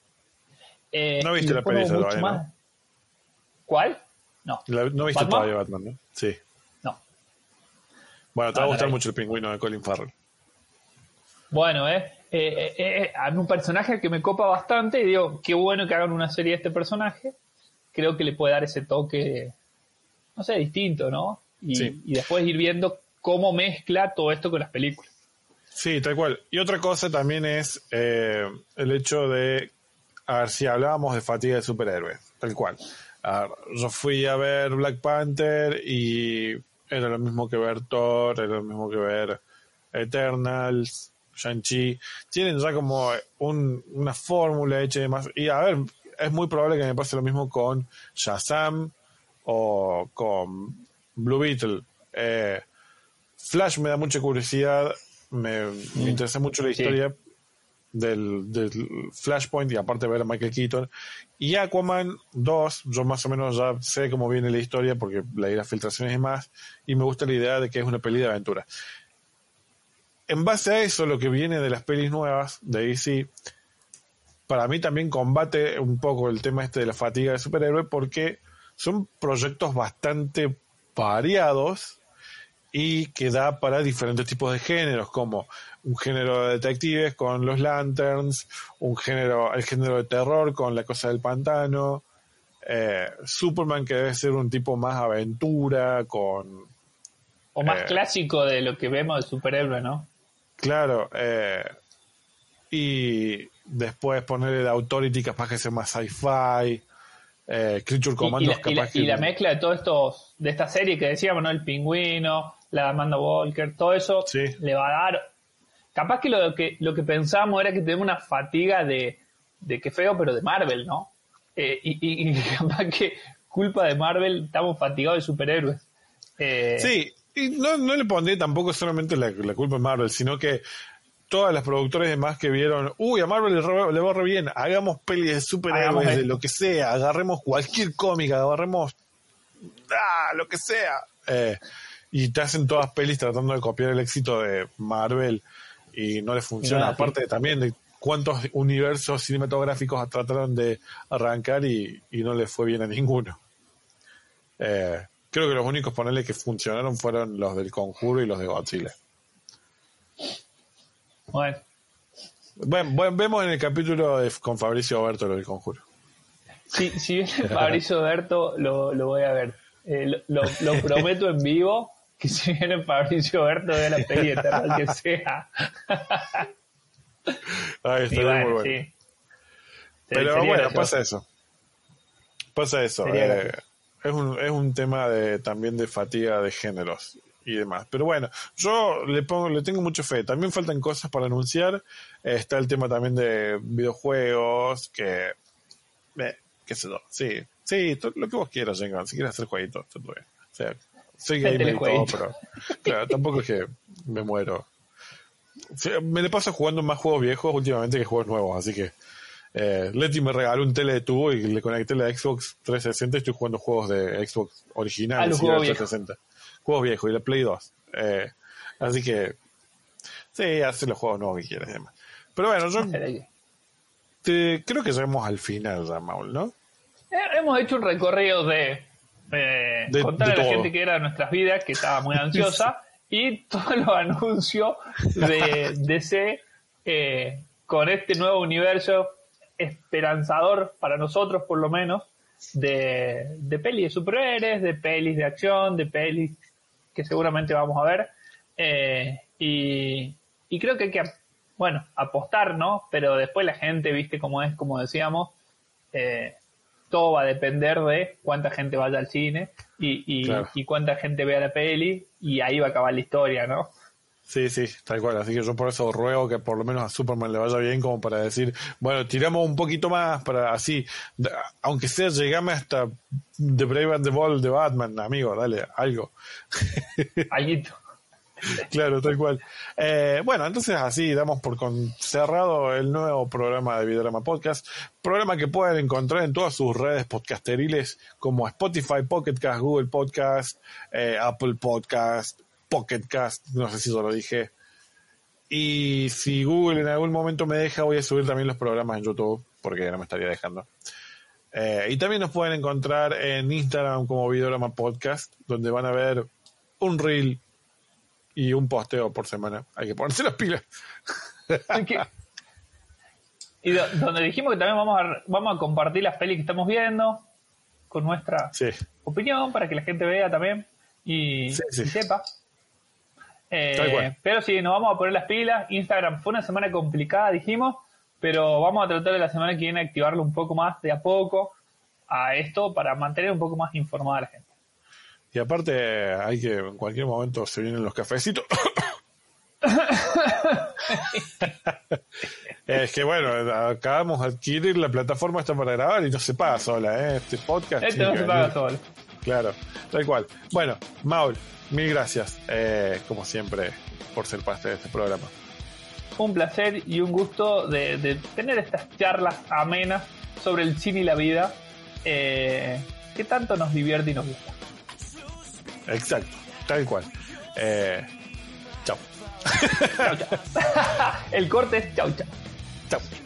No viste la peli todavía, ¿no? ¿Cuál? No. No viste ¿Batman? todavía Batman, ¿no? Sí. No. Bueno, te va a No, gustar no. mucho el pingüino de Colin Farrell. Bueno, a mí un personaje que me copa bastante y digo, qué bueno que hagan una serie de este personaje. Creo que le puede dar ese toque, no sé, distinto, ¿no? Sí. Y después ir viendo cómo mezcla todo esto con las películas. Sí, tal cual. Y otra cosa también es el hecho de, a ver, si hablábamos de fatiga de superhéroes, tal cual. A ver, yo fui a ver Black Panther y era lo mismo que ver Thor, era lo mismo que ver Eternals, Shang-Chi. Tienen ya como una fórmula hecha y demás. Y a ver, es muy probable que me pase lo mismo con Shazam o con Blue Beetle. Flash me da mucha curiosidad, me interesa mucho la historia del Flashpoint y aparte ver a Michael Keaton. Y Aquaman 2, yo más o menos ya sé cómo viene la historia porque leí las filtraciones y más, y me gusta la idea de que es una peli de aventura. En base a eso, lo que viene de las pelis nuevas de DC, para mí también combate un poco el tema este de la fatiga de superhéroe porque son proyectos bastante variados y que da para diferentes tipos de géneros, como un género de detectives con los Lanterns, el género de terror con La Cosa del Pantano, Superman que debe ser un tipo más aventura, con... O más clásico de lo que vemos de superhéroe, ¿no? Claro, y después ponerle la Authority capaz que sea más sci-fi, Creature Commandos capaz que... Y la mezcla de todos estos, de esta serie que decíamos, ¿no? El Pingüino, la Amanda Walker, todo eso Sí. le va a dar. Capaz que lo que pensábamos era que tenemos una fatiga de que feo, pero de Marvel, ¿no? Y capaz que culpa de Marvel estamos fatigados de superhéroes. Sí, y no le pondré tampoco solamente la culpa a Marvel, sino que todas las productores demás que vieron, a Marvel le va re bien, hagamos pelis de superhéroes, de lo que sea, agarremos cualquier cómic, agarremos lo que sea. Y te hacen todas pelis tratando de copiar el éxito de Marvel y no les funciona. Aparte también de cuántos universos cinematográficos trataron de arrancar y no les fue bien a ninguno. Creo que los únicos ponerle que funcionaron fueron los del Conjuro y los de Godzilla. Bueno, vemos en el capítulo con Fabricio Oberto lo del Conjuro. Si viene Fabricio Oberto, lo voy a ver. Lo prometo en vivo que si viene Fabricio Oberto de la peli de terror que sea. Ahí está, muy bueno. Sí. Pero bueno, gracioso. Pasa eso. Es un tema también de fatiga de géneros. y demás. Pero bueno, yo le tengo mucha fe. También faltan cosas para anunciar. Está el tema también de videojuegos, qué sé yo. Sí, lo que vos quieras, Jenga. Si quieres hacer jueguitos, todo bien. O sea, soy gamer y todo, pero claro, tampoco es que me muero. O sea, me le paso jugando más juegos viejos últimamente que juegos nuevos, así que Leti me regaló un Tele2 y le conecté la Xbox 360 y estoy jugando juegos de Xbox originales y la 360. Juegos viejos y la Play 2. Así que sí, hace los juegos nuevos que quieras y demás. Pero bueno, yo creo que llegamos al final ya, Maul, ¿no? Hemos hecho un recorrido de contar a la gente que era nuestras vidas, que estaba muy ansiosa, y todos los anuncios de DC con este nuevo universo esperanzador para nosotros, por lo menos, de pelis de superhéroes, de pelis de acción, de pelis que seguramente vamos a ver. Y creo que hay que, apostar, ¿no? Pero después la gente, viste cómo es, como decíamos, todo va a depender de cuánta gente vaya al cine y cuánta gente vea la peli, y ahí va a acabar la historia, ¿no? Sí, tal cual. Así que yo por eso ruego que por lo menos a Superman le vaya bien, como para decir, bueno, tiramos un poquito más para así, aunque sea llegame hasta The Brave and the Bold de Batman, amigo, dale, algo. Alguito. Claro, tal cual. Bueno, entonces así damos por cerrado el nuevo programa de Videorama Podcast, programa que pueden encontrar en todas sus redes podcasteriles como Spotify, Pocket Cast, Google Podcast, Apple Podcast, Pocket Cast, no sé si yo lo dije. Y si Google en algún momento me deja, voy a subir también los programas en YouTube, porque no me estaría dejando. Y también nos pueden encontrar en Instagram como Videorama Podcast, donde van a ver un reel y un posteo por semana. Hay que ponerse las pilas. Y donde dijimos que también vamos a compartir las pelis que estamos viendo con nuestra opinión, para que la gente vea también y sepa. Pero sí, nos vamos a poner las pilas. Instagram fue una semana complicada, dijimos, pero vamos a tratar de la semana que viene activarlo un poco más de a poco a esto, para mantener un poco más informada a la gente. Y aparte hay que en cualquier momento se vienen los cafecitos. Es que bueno, acabamos de adquirir la plataforma esta para grabar y no se paga sola, este podcast. Este no se paga solo. Claro, tal cual. Bueno, Maul, mil gracias, como siempre, por ser parte de este programa. Un placer y un gusto de tener estas charlas amenas sobre el cine y la vida, que tanto nos divierte y nos gusta. Exacto, tal cual. Chao. Chau. El corte es chau. Chau.